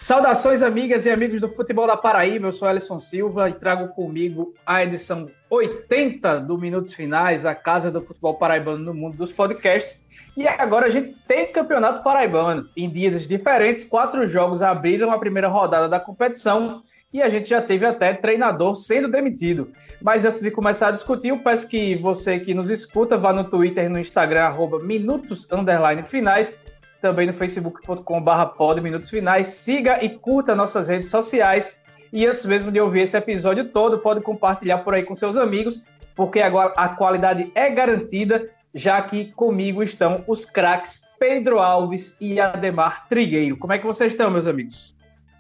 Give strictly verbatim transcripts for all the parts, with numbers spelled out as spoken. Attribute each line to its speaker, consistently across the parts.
Speaker 1: Saudações, amigas e amigos do Futebol da Paraíba, eu sou Alisson Silva e trago comigo a edição oitenta do Minutos Finais, a casa do futebol paraibano no mundo dos podcasts. E agora a gente tem campeonato paraibano. Em dias diferentes, quatro jogos abriram a primeira rodada da competição e a gente já teve até treinador sendo demitido. Mas antes de começar a discutir, eu peço que você que nos escuta vá no Twitter e no Instagram, arroba Minutos Underline Finais, também no facebook ponto com barra pod Minutos Finais. Siga e curta nossas redes sociais. E antes mesmo de ouvir esse episódio todo, pode compartilhar por aí com seus amigos, porque agora a qualidade é garantida, já que comigo estão os craques Pedro Alves e Ademar Trigueiro. Como é que vocês estão, meus amigos?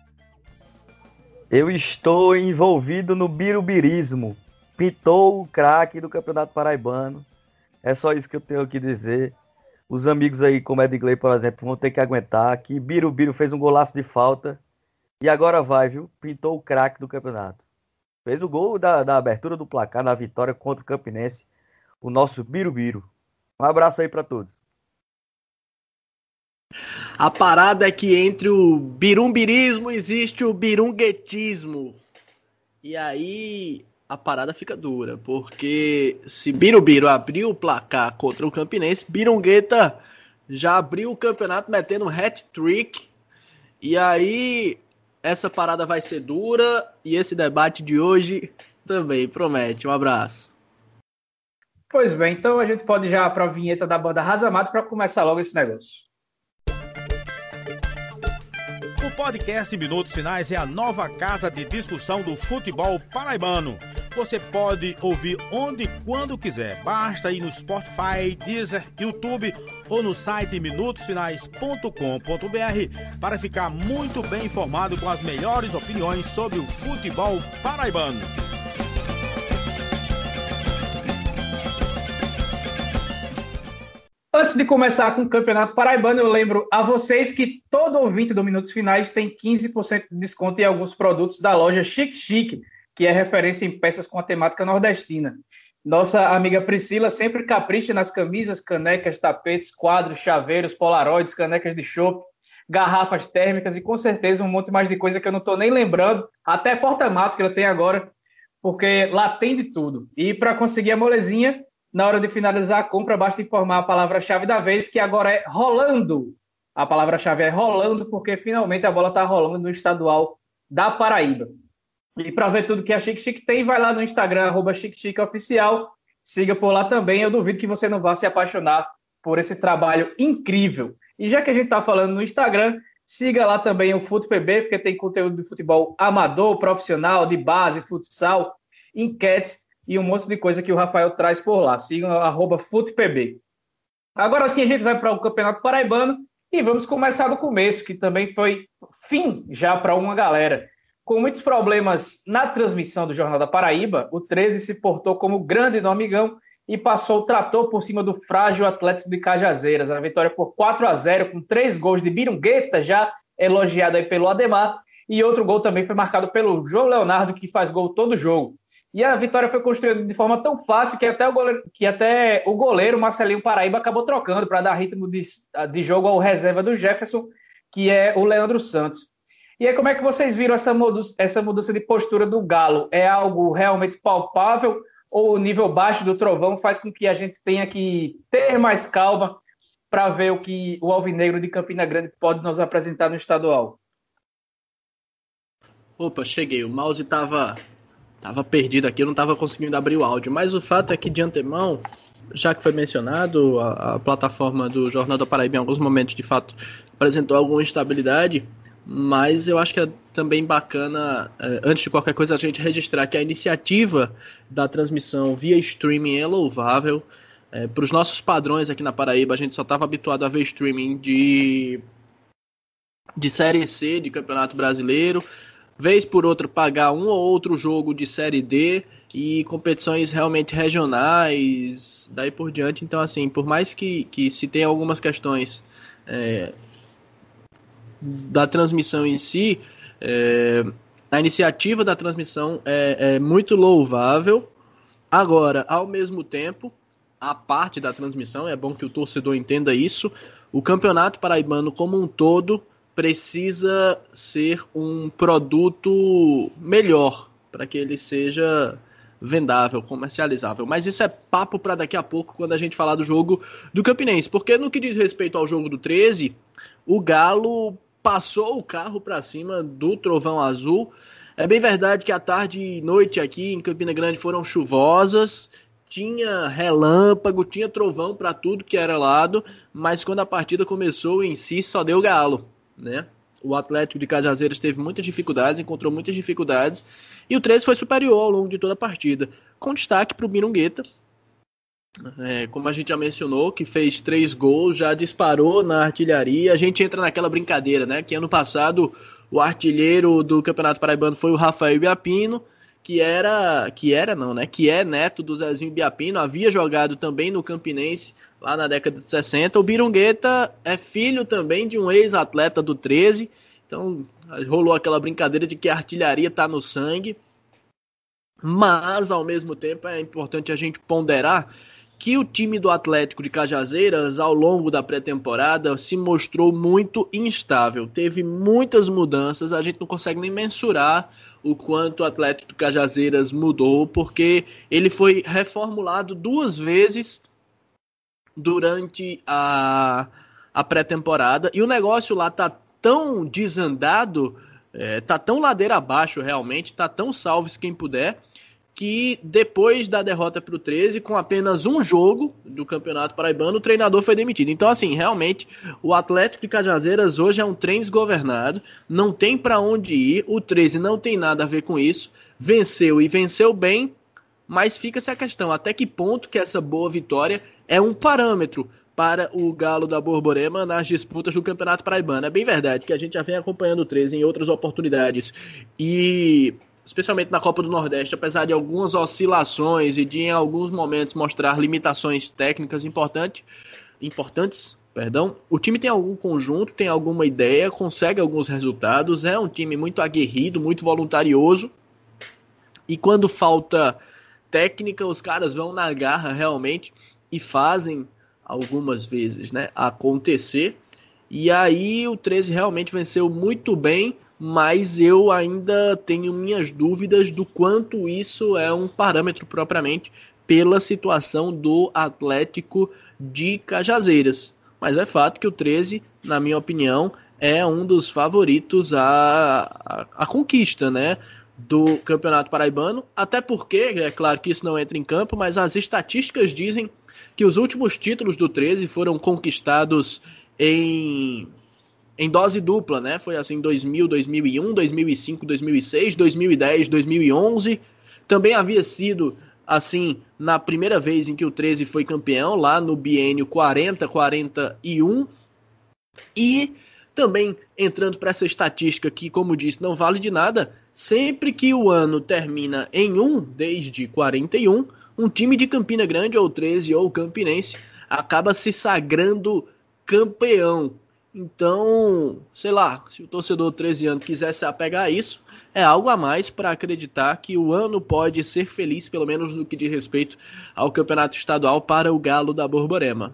Speaker 2: Eu estou envolvido no birubirismo. Pintou o craque do Campeonato Paraibano. É só isso que eu tenho que dizer. Os amigos aí, como Edgley, por exemplo, vão ter que aguentar que Birubiru fez um golaço de falta. E agora vai, viu? Pintou o craque do campeonato. Fez o gol da, da abertura do placar na vitória contra o Campinense. O nosso Birubiru. Um abraço aí para todos.
Speaker 3: A parada é que entre o birumbirismo existe o birunguetismo. E aí a parada fica dura, porque se Birubiru abriu o placar contra o Campinense, Birungueta já abriu o campeonato metendo um hat-trick. E aí essa parada vai ser dura e esse debate de hoje também promete. Um abraço.
Speaker 1: Pois bem, então a gente pode já para a vinheta da banda Razamato para começar logo esse negócio.
Speaker 4: O podcast Minutos Finais é a nova casa de discussão do futebol paraibano. Você pode ouvir onde e quando quiser. Basta ir no Spotify, Deezer, YouTube ou no site minutos finais ponto com ponto b r para ficar muito bem informado com as melhores opiniões sobre o futebol paraibano.
Speaker 1: Antes de começar com o Campeonato Paraibano, eu lembro a vocês que todo ouvinte do Minutos Finais tem quinze por cento de desconto em alguns produtos da loja Chique Chique, que é referência em peças com a temática nordestina. Nossa amiga Priscila sempre capricha nas camisas, canecas, tapetes, quadros, chaveiros, polaroids, canecas de chopp, garrafas térmicas e com certeza um monte mais de coisa que eu não estou nem lembrando. Até porta-máscara tem agora, porque lá tem de tudo. E para conseguir a molezinha, na hora de finalizar a compra, basta informar a palavra-chave da vez, que agora é rolando. A palavra-chave é rolando, porque finalmente a bola está rolando no estadual da Paraíba. E para ver tudo que a Chique Chique tem, vai lá no Instagram, arroba Chique Chique Oficial. Siga por lá também. Eu duvido que você não vá se apaixonar por esse trabalho incrível. E já que a gente está falando no Instagram, siga lá também o FutPB, porque tem conteúdo de futebol amador, profissional, de base, futsal, enquetes e um monte de coisa que o Rafael traz por lá. Sigam arroba FutPB. Agora sim a gente vai para o Campeonato Paraibano e vamos começar do começo, que também foi fim já para uma galera. Com muitos problemas na transmissão do Jornal da Paraíba, o treze se portou como grande no amigão e passou o trator por cima do frágil Atlético de Cajazeiras. A vitória por quatro a zero, com três gols de Birungueta, já elogiado aí pelo Ademar, e outro gol também foi marcado pelo João Leonardo, que faz gol todo jogo. E a vitória foi construída de forma tão fácil que até o goleiro, que até o goleiro Marcelinho Paraíba acabou trocando para dar ritmo de, de jogo ao reserva do Jefferson, que é o Leandro Santos. E aí, como é que vocês viram essa mudança, essa mudança de postura do Galo? É algo realmente palpável ou o nível baixo do Trovão faz com que a gente tenha que ter mais calma para ver o que o Alvinegro de Campina Grande pode nos apresentar no estadual?
Speaker 3: Opa, cheguei. O mouse estava tava perdido aqui, eu não estava conseguindo abrir o áudio. Mas o fato é que, de antemão, já que foi mencionado, a, a plataforma do Jornal da Paraíba em alguns momentos, de fato, apresentou alguma instabilidade. Mas eu acho que é também bacana, antes de qualquer coisa, a gente registrar que a iniciativa da transmissão via streaming é louvável. É, para os nossos padrões aqui na Paraíba, a gente só estava habituado a ver streaming de, de Série C, de Campeonato Brasileiro, vez por outra pagar um ou outro jogo de Série D e competições realmente regionais, daí por diante. Então, assim, por mais que, que se tenha algumas questões... É, da transmissão em si, é, a iniciativa da transmissão é, é muito louvável. Agora, ao mesmo tempo, a parte da transmissão, é bom que o torcedor entenda isso, o Campeonato Paraibano como um todo precisa ser um produto melhor para que ele seja vendável, comercializável. Mas isso é papo para daqui a pouco, quando a gente falar do jogo do Campinense. Porque no que diz respeito ao jogo do treze, o Galo passou o carro para cima do Trovão Azul. É bem verdade que a tarde e noite aqui em Campina Grande foram chuvosas, tinha relâmpago, tinha trovão para tudo que era lado, mas quando a partida começou em si só deu Galo, né? O Atlético de Cajazeiras teve muitas dificuldades, encontrou muitas dificuldades, e o treze foi superior ao longo de toda a partida, com destaque para o Birungueta, é, como a gente já mencionou, que fez três gols, já disparou na artilharia. A gente entra naquela brincadeira, né? Que ano passado o artilheiro do Campeonato Paraibano foi o Rafael Biapino, que era, que era não, né? Que é neto do Zezinho Biapino, havia jogado também no Campinense lá na década de sessenta. O Birungueta é filho também de um ex-atleta do treze, então rolou aquela brincadeira de que a artilharia está no sangue, mas ao mesmo tempo é importante a gente ponderar que o time do Atlético de Cajazeiras, ao longo da pré-temporada, se mostrou muito instável. Teve muitas mudanças, a gente não consegue nem mensurar o quanto o Atlético de Cajazeiras mudou, porque ele foi reformulado duas vezes durante a, a pré-temporada, e o negócio lá tá tão desandado, é, tá tão ladeira abaixo realmente, tá tão salve-se quem puder, que depois da derrota para o treze, com apenas um jogo do Campeonato Paraibano, o treinador foi demitido. Então, assim, realmente, o Atlético de Cajazeiras hoje é um trem desgovernado, não tem para onde ir, o treze não tem nada a ver com isso, venceu e venceu bem, mas fica-se a questão, até que ponto que essa boa vitória é um parâmetro para o Galo da Borborema nas disputas do Campeonato Paraibano. É bem verdade que a gente já vem acompanhando o treze em outras oportunidades, e especialmente na Copa do Nordeste, apesar de algumas oscilações e de em alguns momentos mostrar limitações técnicas importantes, importantes, perdão, o time tem algum conjunto, tem alguma ideia, consegue alguns resultados, é um time muito aguerrido, muito voluntarioso, e quando falta técnica, os caras vão na garra realmente e fazem algumas vezes, né, acontecer. E aí o treze realmente venceu muito bem, mas eu ainda tenho minhas dúvidas do quanto isso é um parâmetro propriamente pela situação do Atlético de Cajazeiras. Mas é fato que o treze, na minha opinião, é um dos favoritos à, à, à conquista, né, do Campeonato Paraibano, até porque, é claro que isso não entra em campo, mas as estatísticas dizem que os últimos títulos do treze foram conquistados em... em dose dupla, né? Foi assim em dois mil, dois mil e um, dois mil e cinco, dois mil e seis, dois mil e dez, dois mil e onze. Também havia sido assim na primeira vez em que o treze foi campeão, lá no biênio quarenta quarenta e um. E também entrando para essa estatística que, como disse, não vale de nada, sempre que o ano termina em um, desde quarenta e um, um time de Campina Grande, ou treze, ou Campinense, acaba se sagrando campeão. Então, sei lá, se o torcedor treze anos quiser se apegar a isso, é algo a mais para acreditar que o ano pode ser feliz, pelo menos no que diz respeito ao campeonato estadual para o Galo da Borborema.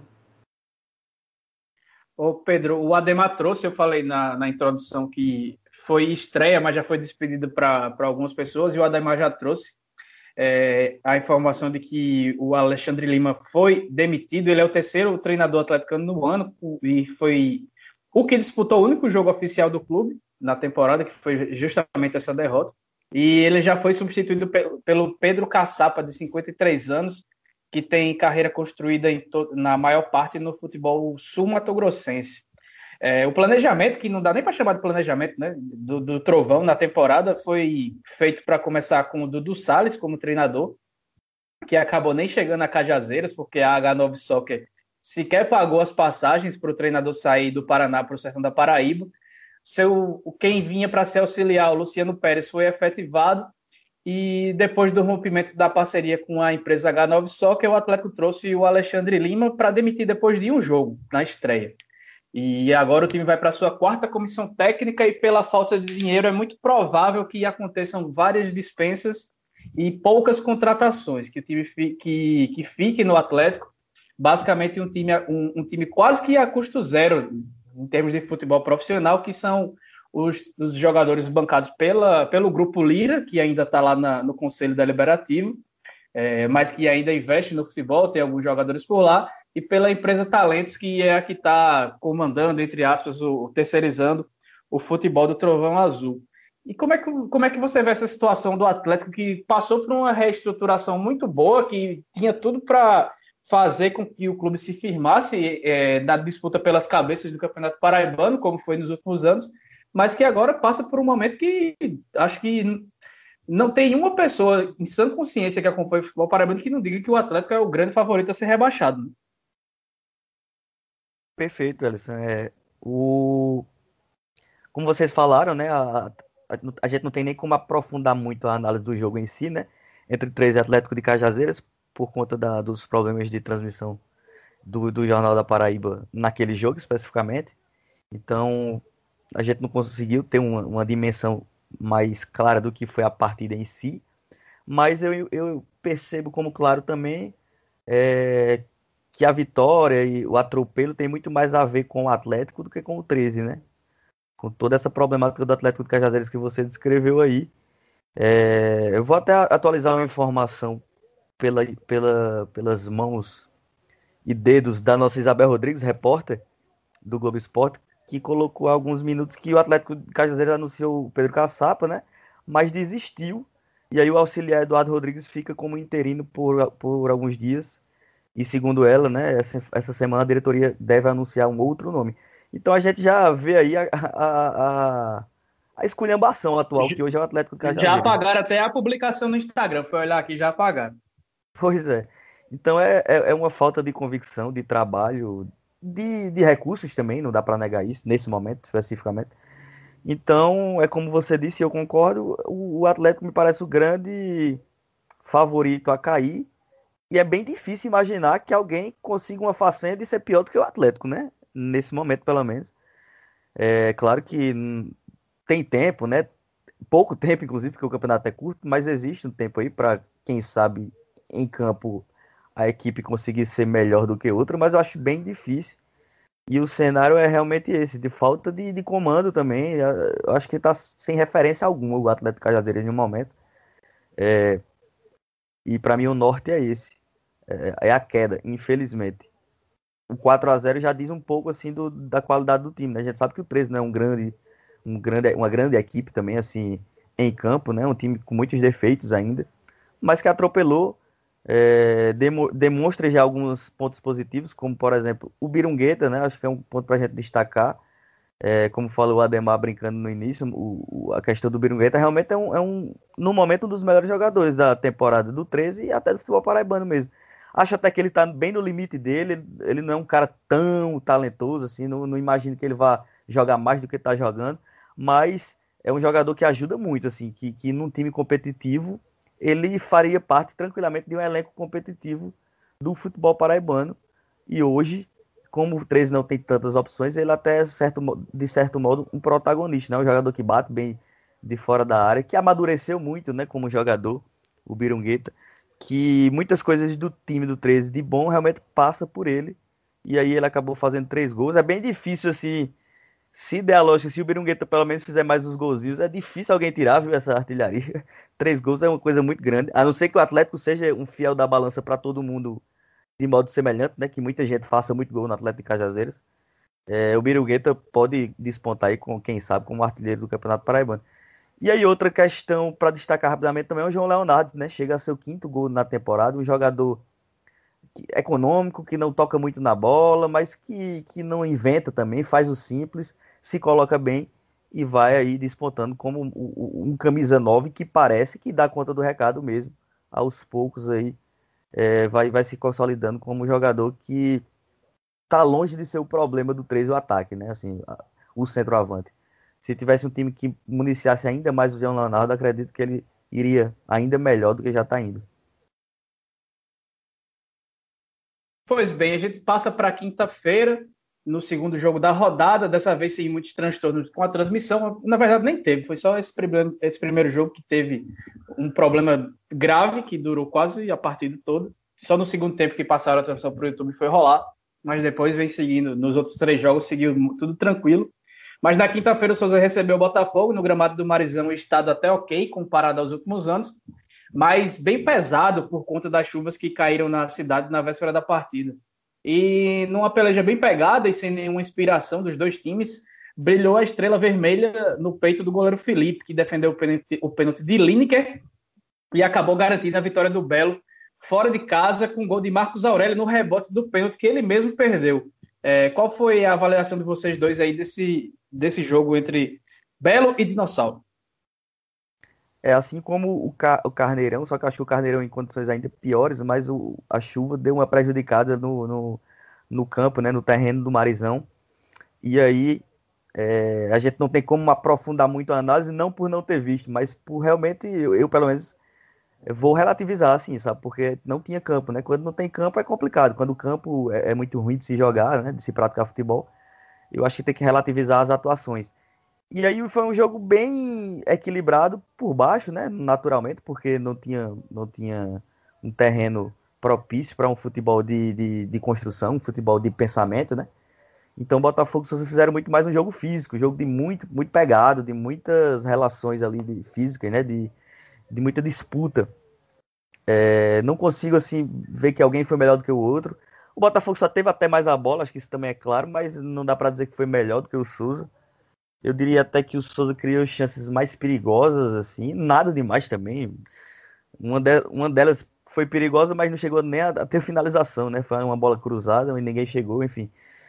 Speaker 1: Ô Pedro, o Ademar trouxe, eu falei na, na introdução que foi estreia, mas já foi despedido para algumas pessoas, e o Ademar já trouxe é, a informação de que o Alexandre Lima foi demitido. Ele é o terceiro treinador atleticano no ano, e foi o que disputou o único jogo oficial do clube na temporada, que foi justamente essa derrota. E ele já foi substituído pelo Pedro Caçapa, de cinquenta e três anos, que tem carreira construída em to- na maior parte no futebol sul-matogrossense. É, o planejamento, que não dá nem para chamar de planejamento, né, do, do Trovão na temporada, foi feito para começar com o Dudu Salles como treinador, que acabou nem chegando a Cajazeiras, porque a agá nove Soccer sequer pagou as passagens para o treinador sair do Paraná para o sertão da Paraíba. Seu, quem vinha para ser auxiliar, o Luciano Pérez, foi efetivado, e depois do rompimento da parceria com a empresa agá nove Soccer, o Atlético trouxe o Alexandre Lima para demitir depois de um jogo, na estreia. E agora o time vai para a sua quarta comissão técnica, e pela falta de dinheiro é muito provável que aconteçam várias dispensas e poucas contratações, que o time fi, que, que fique no Atlético, basicamente um time, um, um time quase que a custo zero em termos de futebol profissional, que são os, os jogadores bancados pela, pelo Grupo Lira, que ainda está lá na, no Conselho Deliberativo, é, mas que ainda investe no futebol, tem alguns jogadores por lá, e pela empresa Talentos, que é a que está comandando, entre aspas, o, terceirizando o futebol do Trovão Azul. E como é, que, como é que você vê essa situação do Atlético, que passou por uma reestruturação muito boa, que tinha tudo para fazer com que o clube se firmasse é, na disputa pelas cabeças do Campeonato Paraibano, como foi nos últimos anos, mas que agora passa por um momento que acho que não tem uma pessoa em sã consciência que acompanha o futebol paraibano que não diga que o Atlético é o grande favorito a ser rebaixado. Né?
Speaker 2: Perfeito, Alisson. É, o... Como vocês falaram, né, a, a, a gente não tem nem como aprofundar muito a análise do jogo em si, né, entre três e Atlético de Cajazeiras, por conta da, dos problemas de transmissão do, do Jornal da Paraíba naquele jogo especificamente. Então, a gente não conseguiu ter uma, uma dimensão mais clara do que foi a partida em si, mas eu, eu percebo como claro também é, que a vitória e o atropelo tem muito mais a ver com o Atlético do que com o treze, né? Com toda essa problemática do Atlético de Cajazeiras que você descreveu aí. É, eu vou até atualizar uma informação pela, pela, pelas mãos e dedos da nossa Isabel Rodrigues, repórter do Globo Esporte, que colocou há alguns minutos que o Atlético de Cajazeiras anunciou o Pedro Caçapa, né? Mas desistiu. E aí o auxiliar Eduardo Rodrigues fica como interino por, por alguns dias. E segundo ela, né, essa, essa semana a diretoria deve anunciar um outro nome. Então a gente já vê aí a, a, a, a esculhambação atual, que hoje é o Atlético de Cajazeiras.
Speaker 1: Já apagaram até a publicação no Instagram. Foi olhar aqui, já apagaram.
Speaker 2: Pois é. Então é, é, é uma falta de convicção, de trabalho, de, de recursos também, não dá para negar isso, nesse momento especificamente. Então, é como você disse, eu concordo, o, o Atlético me parece o grande favorito a cair, e é bem difícil imaginar que alguém consiga uma façanha de ser pior do que o Atlético, né? Nesse momento, pelo menos. É claro que tem tempo, né? Pouco tempo, inclusive, porque o campeonato é curto, mas existe um tempo aí para, quem sabe, em campo a equipe conseguir ser melhor do que outra, mas eu acho bem difícil. E o cenário é realmente esse, de falta de, de comando também. Eu acho que está sem referência alguma o Atlético Cajazeiras no momento. É, e para mim o norte é esse. É, é a queda, infelizmente. O quatro a zero já diz um pouco assim do, da qualidade do time, né? A gente sabe que o treze não é um grande, um grande, uma grande equipe também, assim, em campo, né? Um time com muitos defeitos ainda, mas que atropelou. É, demo, demonstra já alguns pontos positivos, como por exemplo o Birungueta, né? Acho que é um ponto para a gente destacar. É, como falou o Ademar brincando no início, o, o, a questão do Birungueta realmente é um, é um, no momento, um dos melhores jogadores da temporada do treze e até do futebol paraibano mesmo. Acho até que ele está bem no limite dele, ele, ele não é um cara tão talentoso assim, não, não imagino que ele vá jogar mais do que está jogando, mas é um jogador que ajuda muito, assim, que, que num time competitivo ele faria parte tranquilamente de um elenco competitivo do futebol paraibano. E hoje, como o treze não tem tantas opções, ele até é, certo, de certo modo, um protagonista, né? Um jogador que bate bem de fora da área, que amadureceu muito, né, como jogador, o Birungueta, que muitas coisas do time do treze de bom realmente passa por ele. E aí ele acabou fazendo três gols. É bem difícil, assim, se der a lógica, se o Birungueta pelo menos fizer mais uns golzinhos, é difícil alguém tirar, viu, essa artilharia. Três gols é uma coisa muito grande. A não ser que o Atlético seja um fiel da balança para todo mundo de modo semelhante, né? Que muita gente faça muito gol no Atlético de Cajazeiras. É, o Birungueta pode despontar aí, com, quem sabe, como artilheiro do Campeonato Paraibano. E aí outra questão para destacar rapidamente também é o João Leonardo, né? Chega a ser o quinto gol na temporada, um jogador econômico, que não toca muito na bola, mas que, que não inventa também, faz o simples, se coloca bem e vai aí despontando como um, um, um camisa nove que parece que dá conta do recado mesmo. Aos poucos aí é, vai, vai se consolidando como um jogador que tá longe de ser o problema do treze o ataque, né? Assim, o centroavante. Se tivesse um time que municiasse ainda mais o João Leonardo, acredito que ele iria ainda melhor do que já está indo.
Speaker 1: Pois bem, a gente passa para quinta-feira, no segundo jogo da rodada, dessa vez sem muitos transtornos com a transmissão. Na verdade, nem teve, foi só esse primeiro, esse primeiro jogo que teve um problema grave, que durou quase a partida toda. Só no segundo tempo que passaram a transmissão para o YouTube foi rolar. mas depois vem seguindo, nos outros três jogos seguiu tudo tranquilo. Mas na quinta-feira o Souza recebeu o Botafogo no gramado do Marizão, estado até ok, comparado aos últimos anos, mas bem pesado por conta das chuvas que caíram na cidade na véspera da partida. E numa peleja bem pegada e sem nenhuma inspiração dos dois times, brilhou a estrela vermelha no peito do goleiro Felipe, que defendeu o pênalti, o pênalti de Lineker e acabou garantindo a vitória do Belo fora de casa com o gol de Marcos Aurélio no rebote do pênalti que ele mesmo perdeu. É, qual foi a avaliação de vocês dois aí desse, desse jogo entre Belo e Dinossauro?
Speaker 2: É assim como o, Car- o Carneirão, só que eu acho que o Carneirão em condições ainda piores, mas o, a chuva deu uma prejudicada no, no, no campo, né, no terreno do Marizão. E aí é, a gente não tem como aprofundar muito a análise, não por não ter visto, mas por realmente, eu, eu pelo menos vou relativizar, assim, sabe? Porque não tinha campo, né? Quando não tem campo é complicado. Quando o campo é, é muito ruim de se jogar, né, de se praticar futebol, eu acho que tem que relativizar as atuações. E aí foi um jogo bem equilibrado por baixo, né? Naturalmente, porque não tinha, não tinha um terreno propício para um futebol de, de, de construção, um futebol de pensamento, né? Então o Botafogo e o Souza fizeram muito mais um jogo físico, um jogo de muito, muito pegado, de muitas relações ali de físicas, né? De, de muita disputa. É, não consigo assim ver que alguém foi melhor do que o outro. O Botafogo só teve até mais a bola, acho que isso também é claro, mas não dá para dizer que foi melhor do que o Souza. Eu diria até que o Souza criou chances mais perigosas, assim, nada demais também. Uma, de, uma delas foi perigosa, mas não chegou nem a, a ter finalização, né? Foi uma bola cruzada e ninguém chegou, enfim.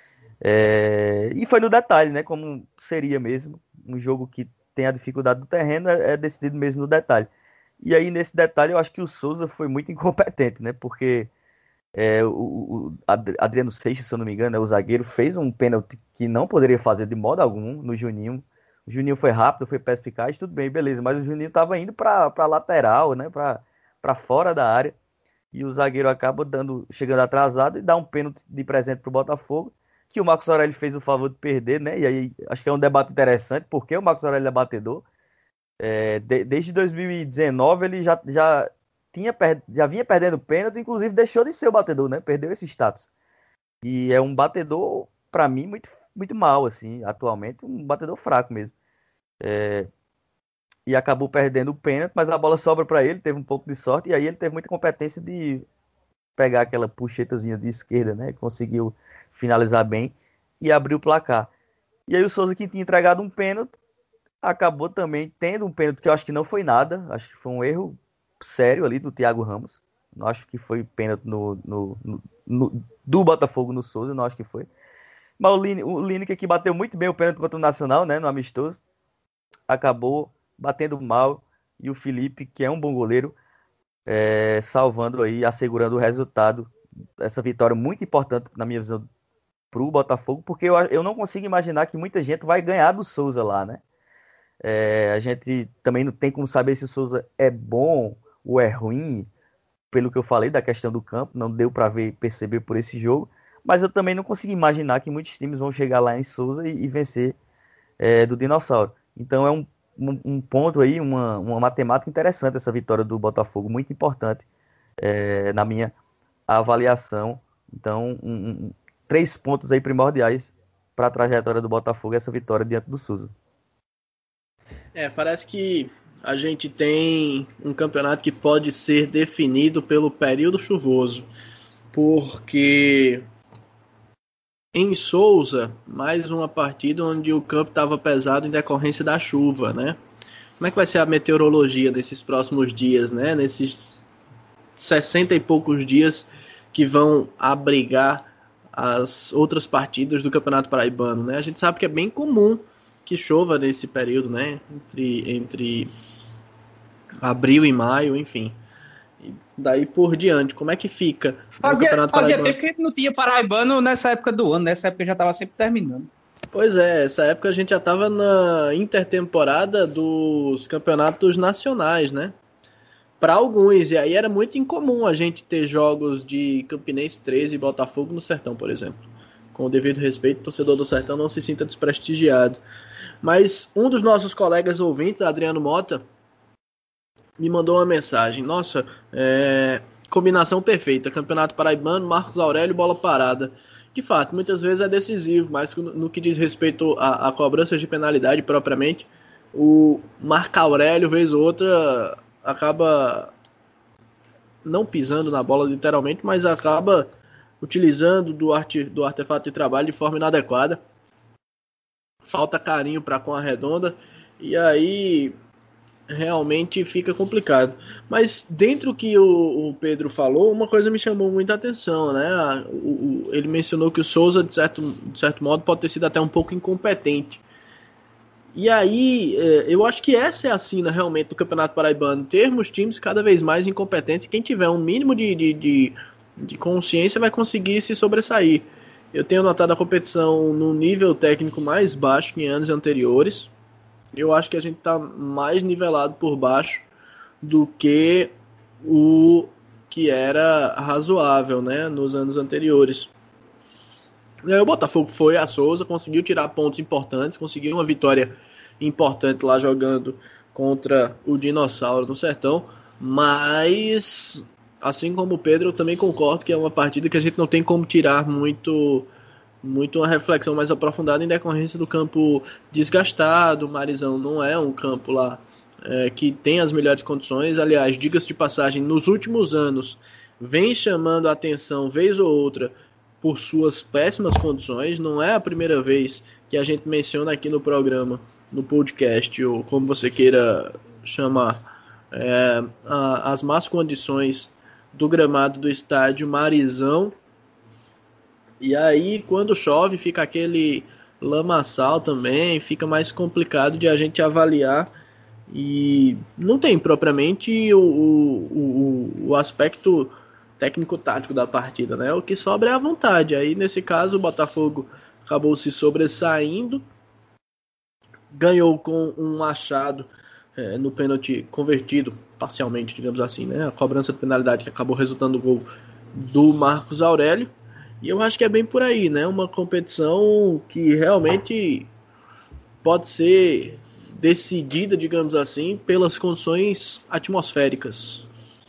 Speaker 2: É, e foi no detalhe, né? Como seria mesmo. Um jogo que tem a dificuldade do terreno é, é decidido mesmo no detalhe. E aí, nesse detalhe, eu acho que o Souza foi muito incompetente, né? Porque é, o, o Adriano Seixas, se eu não me engano, é o zagueiro, fez um pênalti que não poderia fazer de modo algum no Juninho. O Juninho foi rápido, foi perspicaz, tudo bem, beleza. Mas o Juninho estava indo para a lateral, né? Para fora da área. E o zagueiro acaba dando, chegando atrasado e dá um pênalti de presente para o Botafogo, que o Marcos Aurélio fez o favor de perder, né? E aí acho que é um debate interessante, porque o Marcos Aurélio é batedor. É, de, desde dois mil e dezenove ele já, já, tinha, já vinha perdendo pênalti, inclusive deixou de ser o batedor, né? Perdeu esse status. E é um batedor, para mim, muito, muito mal, assim, atualmente, um batedor fraco mesmo. É, e acabou perdendo o pênalti, mas a bola sobra para ele, teve um pouco de sorte, e aí ele teve muita competência de pegar aquela puxetazinha de esquerda, né? Conseguiu finalizar bem e abrir o placar. E aí o Souza, que tinha entregado um pênalti, acabou também tendo um pênalti que eu acho que não foi nada. Acho que foi um erro sério ali do Thiago Ramos. Não acho que foi pênalti no, no, no, no, do Botafogo no Souza, não acho que foi. Mas o, Line, o Lineker, que bateu muito bem o pênalti contra o Nacional, né, no amistoso, acabou batendo mal. E o Felipe, que é um bom goleiro, é, salvando aí, assegurando o resultado. Essa vitória muito importante, na minha visão, para o Botafogo, porque eu, eu não consigo imaginar que muita gente vai ganhar do Souza lá, né? É, a gente também não tem como saber se o Souza é bom ou é ruim, pelo que eu falei da questão do campo, não deu para ver, perceber por esse jogo, mas eu também não consigo imaginar que muitos times vão chegar lá em Souza e, e vencer é, do Dinossauro. Então é um, um, um ponto aí, uma, uma matemática interessante essa vitória do Botafogo, muito importante é, na minha avaliação. Então, um, um, três pontos aí primordiais para a trajetória do Botafogo, essa vitória diante do Souza.
Speaker 3: É, parece que a gente tem um campeonato que pode ser definido pelo período chuvoso, porque em Souza, mais uma partida onde o campo estava pesado em decorrência da chuva, né? Como é que vai ser a meteorologia nesses próximos dias, né? Nesses sessenta e poucos dias que vão abrigar as outras partidas do Campeonato Paraibano, né? A gente sabe que é bem comum que chova nesse período, né? Entre, entre abril e maio, enfim. E daí por diante, como é que fica
Speaker 1: fazia,
Speaker 3: o Campeonato
Speaker 1: fazia
Speaker 3: Paraibano?
Speaker 1: tempo que não tinha Paraibano nessa época do ano, nessa época já estava sempre terminando.
Speaker 3: Pois é, essa época a gente já estava na intertemporada dos campeonatos nacionais, né? Para alguns, e aí era muito incomum a gente ter jogos de Campinense treze e Botafogo no Sertão, por exemplo. Com o devido respeito, o torcedor do Sertão não se sinta desprestigiado. Mas um dos nossos colegas ouvintes, Adriano Mota, me mandou uma mensagem. Nossa, é... combinação perfeita. Campeonato Paraibano, Marcos Aurélio, bola parada. de fato, muitas vezes é decisivo, mas no, no que diz respeito à, à cobrança de penalidade propriamente, o Marco Aurélio, vez ou outra, acaba não pisando na bola literalmente, mas acaba utilizando do, arte, do artefato de trabalho de forma inadequada. Falta carinho para com a redonda, e aí realmente fica complicado. Mas dentro do que o, o Pedro falou, uma coisa me chamou muita atenção, né? O, o, ele mencionou que o Souza, de certo, de certo modo, pode ter sido até um pouco incompetente. E aí, eu acho que essa é a sina realmente do Campeonato Paraibano, termos times cada vez mais incompetentes. Quem tiver um mínimo de, de, de, de consciência vai conseguir se sobressair. Eu tenho notado a competição num nível técnico mais baixo que em anos anteriores. Eu acho que a gente está mais nivelado por baixo do que o que era razoável, né, nos anos anteriores. E aí o Botafogo foi a Souza, conseguiu tirar pontos importantes, conseguiu uma vitória importante lá jogando contra o Dinossauro no Sertão, mas, assim como o Pedro, eu também concordo que é uma partida que a gente não tem como tirar muito, muito uma reflexão mais aprofundada em decorrência do campo desgastado. O Marizão não é um campo lá é, que tem as melhores condições. Aliás, diga-se de passagem, nos últimos anos vem chamando a atenção, vez ou outra, por suas péssimas condições. Não é a primeira vez que a gente menciona aqui no programa, no podcast, ou como você queira chamar, é, a, as más condições do gramado do estádio Marizão. E aí, quando chove, fica aquele lamaçal também, fica mais complicado de a gente avaliar, e não tem propriamente o, o, o, o aspecto técnico-tático da partida, né? O que sobra é a vontade. Aí, nesse caso, o Botafogo acabou se sobressaindo, ganhou com um Machado é, no pênalti convertido, parcialmente, digamos assim, né? A cobrança de penalidade que acabou resultando no gol do Marcos Aurélio. E eu acho que é bem por aí, né? Uma competição que realmente pode ser decidida, digamos assim, pelas condições atmosféricas.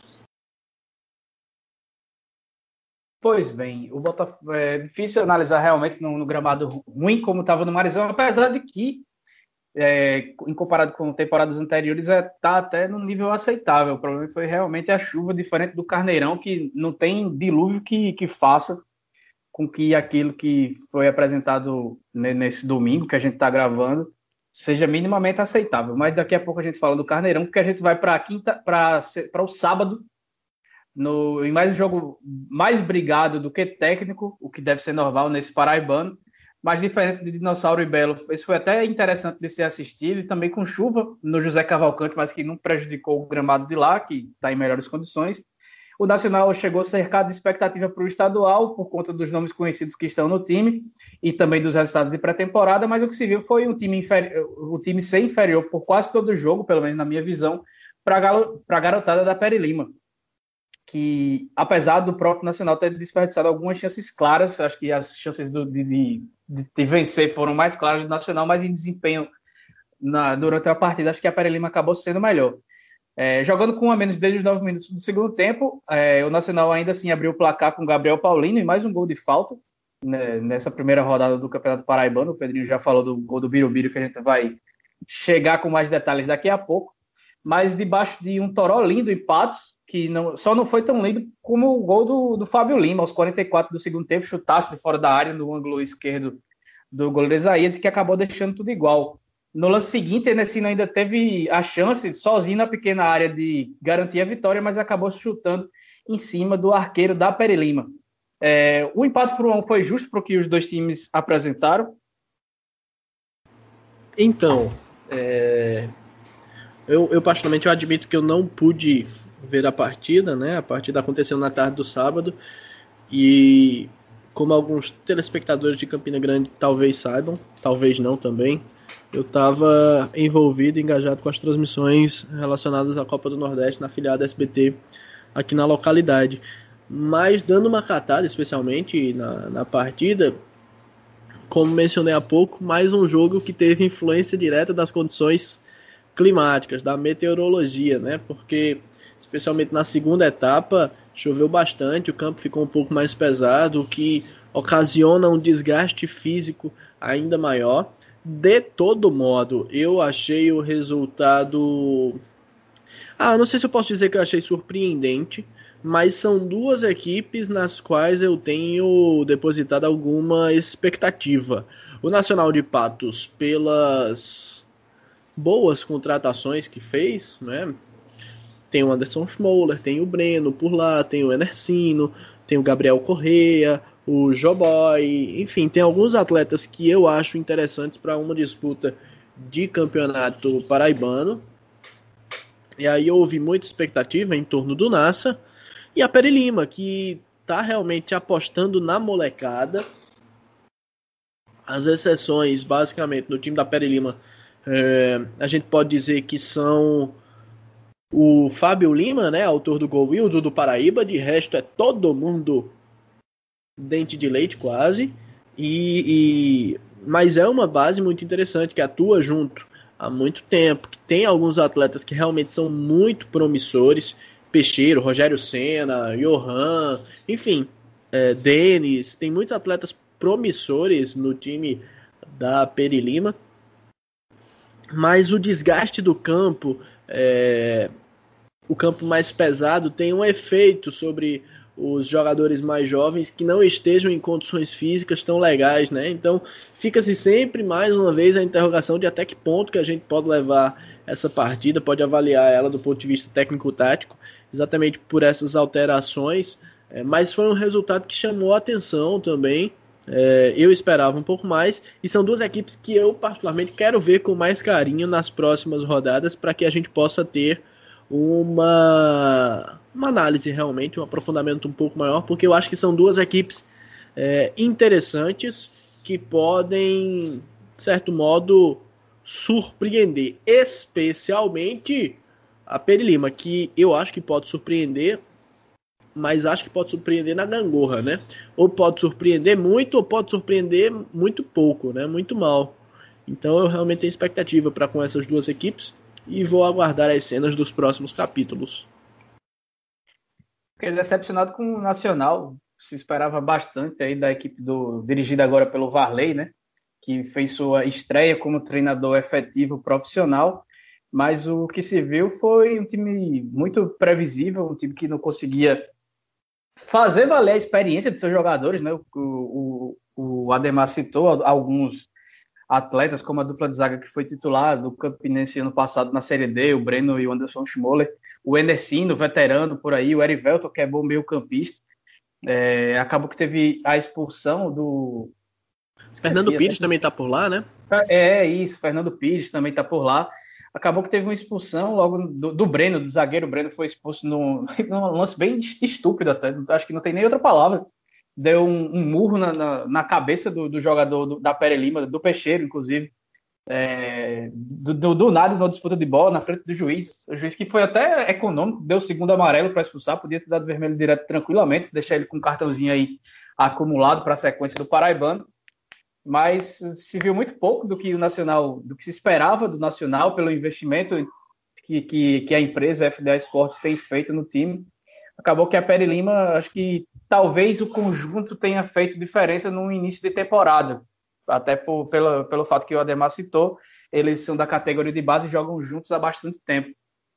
Speaker 1: Pois bem, o Botafogo, é difícil analisar realmente no, no gramado ruim como estava no Marizão, apesar de que, é, em comparado com temporadas anteriores, está é, tá até no nível aceitável. O problema foi realmente a chuva, diferente do Carneirão, que não tem dilúvio que, que faça com que aquilo que foi apresentado nesse domingo, que a gente está gravando, seja minimamente aceitável. Mas daqui a pouco a gente fala do Carneirão, porque a gente vai para quinta, para o sábado, No, em mais um jogo mais brigado do que técnico, o que deve ser normal nesse paraibano, mas diferente de Dinossauro e Belo. Esse foi até interessante de ser assistido, e também com chuva no José Cavalcante, mas que não prejudicou o gramado de lá, que está em melhores condições. O Nacional chegou cercado de expectativa para o estadual, por conta dos nomes conhecidos que estão no time, e também dos resultados de pré-temporada, mas o que se viu foi um time inferior, o time ser inferior por quase todo o jogo, pelo menos na minha visão, para a garotada da Pere Lima, que, apesar do próprio Nacional ter desperdiçado algumas chances claras, acho que as chances do, de, de, de vencer foram mais claras do Nacional, mas em desempenho na, durante a partida, acho que a Pere Lima acabou sendo melhor. É, jogando com a menos desde os nove minutos do segundo tempo, é, o Nacional ainda assim abriu o placar com Gabriel Paulino e mais um gol de falta, né, nessa primeira rodada do Campeonato Paraibano. O Pedrinho já falou do gol do Birubiru, que a gente vai chegar com mais detalhes daqui a pouco, mas debaixo de um toró lindo em Patos, que não, só não foi tão lindo como o gol do, do Fábio Lima, aos quarenta e quatro do segundo tempo, chutasse de fora da área no ângulo esquerdo do goleiro Isaías, que acabou deixando tudo igual. No lance seguinte, ele assim, ainda teve a chance, sozinho na pequena área, de garantir a vitória, mas acabou chutando em cima do arqueiro da Pere Lima. É, o empate por um foi justo para o que os dois times apresentaram?
Speaker 3: Então, é... eu, eu particularmente eu admito que eu não pude ver a partida, né? A partida aconteceu na tarde do sábado, e como alguns telespectadores de Campina Grande talvez saibam, talvez não também, eu estava envolvido, engajado com as transmissões relacionadas à Copa do Nordeste na afiliada S B T aqui na localidade. Mas dando uma catada, especialmente na, na partida, como mencionei há pouco, mais um jogo que teve influência direta das condições climáticas, da meteorologia, né? Porque, especialmente na segunda etapa, choveu bastante, o campo ficou um pouco mais pesado, o que ocasiona um desgaste físico ainda maior. De todo modo, eu achei o resultado... Ah, não sei se eu posso dizer que eu achei surpreendente, mas são duas equipes nas quais eu tenho depositado alguma expectativa. O Nacional de Patos, pelas boas contratações que fez, né? Tem o Anderson Schmoller, tem o Breno por lá, tem o Enercino, tem o Gabriel Correia, o Joboy, enfim, tem alguns atletas que eu acho interessantes para uma disputa de campeonato paraibano. E aí houve muita expectativa em torno do Nassa. E a Peri Lima, que está realmente apostando na molecada. As exceções, basicamente, no time da Peri Lima, é, a gente pode dizer que são o Fábio Lima, né, autor do gol, e o do Paraíba. De resto, é todo mundo dente de leite, quase. E, e, mas é uma base muito interessante, que atua junto há muito tempo, que tem alguns atletas que realmente são muito promissores. Peixeiro, Rogério Senna, Johan, enfim, é, Denis, tem muitos atletas promissores no time da Peri Lima, mas o desgaste do campo, é, o campo mais pesado, tem um efeito sobre os jogadores mais jovens que não estejam em condições físicas tão legais, né? Então fica-se sempre mais uma vez a interrogação de até que ponto que a gente pode levar essa partida, pode avaliar ela do ponto de vista técnico-tático, exatamente por essas alterações, é, mas foi um resultado que chamou a atenção também. É, eu esperava um pouco mais, e são duas equipes que eu particularmente quero ver com mais carinho nas próximas rodadas, para que a gente possa ter uma, uma análise realmente, um aprofundamento um pouco maior, porque eu acho que são duas equipes é, interessantes, que podem, de certo modo, surpreender, especialmente a Peri Lima, que eu acho que pode surpreender, mas acho que pode surpreender na gangorra, né? Ou pode surpreender muito, ou pode surpreender muito pouco, né? Muito mal. Então eu realmente tenho expectativa para com essas duas equipes e vou aguardar as cenas dos próximos capítulos.
Speaker 1: Fiquei decepcionado com o Nacional. Se esperava bastante aí da equipe do, dirigida agora pelo Varley, né? Que fez sua estreia como treinador efetivo profissional, mas o que se viu foi um time muito previsível, um time que não conseguia fazer valer a experiência de seus jogadores, né? O, o, o Ademar citou alguns atletas, como a dupla de zaga que foi titular do Campinense ano passado na Série D, o Breno e o Anderson Schmoller, o Enercino, veterano por aí, o Erivelton, que é bom meio campista. É, acabou que teve a expulsão do...
Speaker 3: Fernando Esqueci, Pires até... também está por lá, né?
Speaker 1: É, isso, Fernando Pires também está por lá. Acabou que teve uma expulsão logo do, do Breno, do zagueiro. O Breno foi expulso num, num lance bem estúpido até, acho que não tem nem outra palavra. Deu um, um murro na, na, na cabeça do, do jogador do, da Peri Lima, do Peixeiro, inclusive. É, do, do, do nada, na disputa de bola, na frente do juiz. O juiz que foi até econômico, deu o segundo amarelo para expulsar, podia ter dado vermelho direto tranquilamente, deixar ele com um cartãozinho aí acumulado para a sequência do Paraibano. Mas se viu muito pouco do que o Nacional, do que se esperava do Nacional pelo investimento que, que, que a empresa F D A Esportes tem feito no time. Acabou que a Peri Lima, acho que talvez o conjunto tenha feito diferença no início de temporada, até por, pelo, pelo fato que o Ademar citou, eles são da categoria de base e jogam juntos há bastante tempo.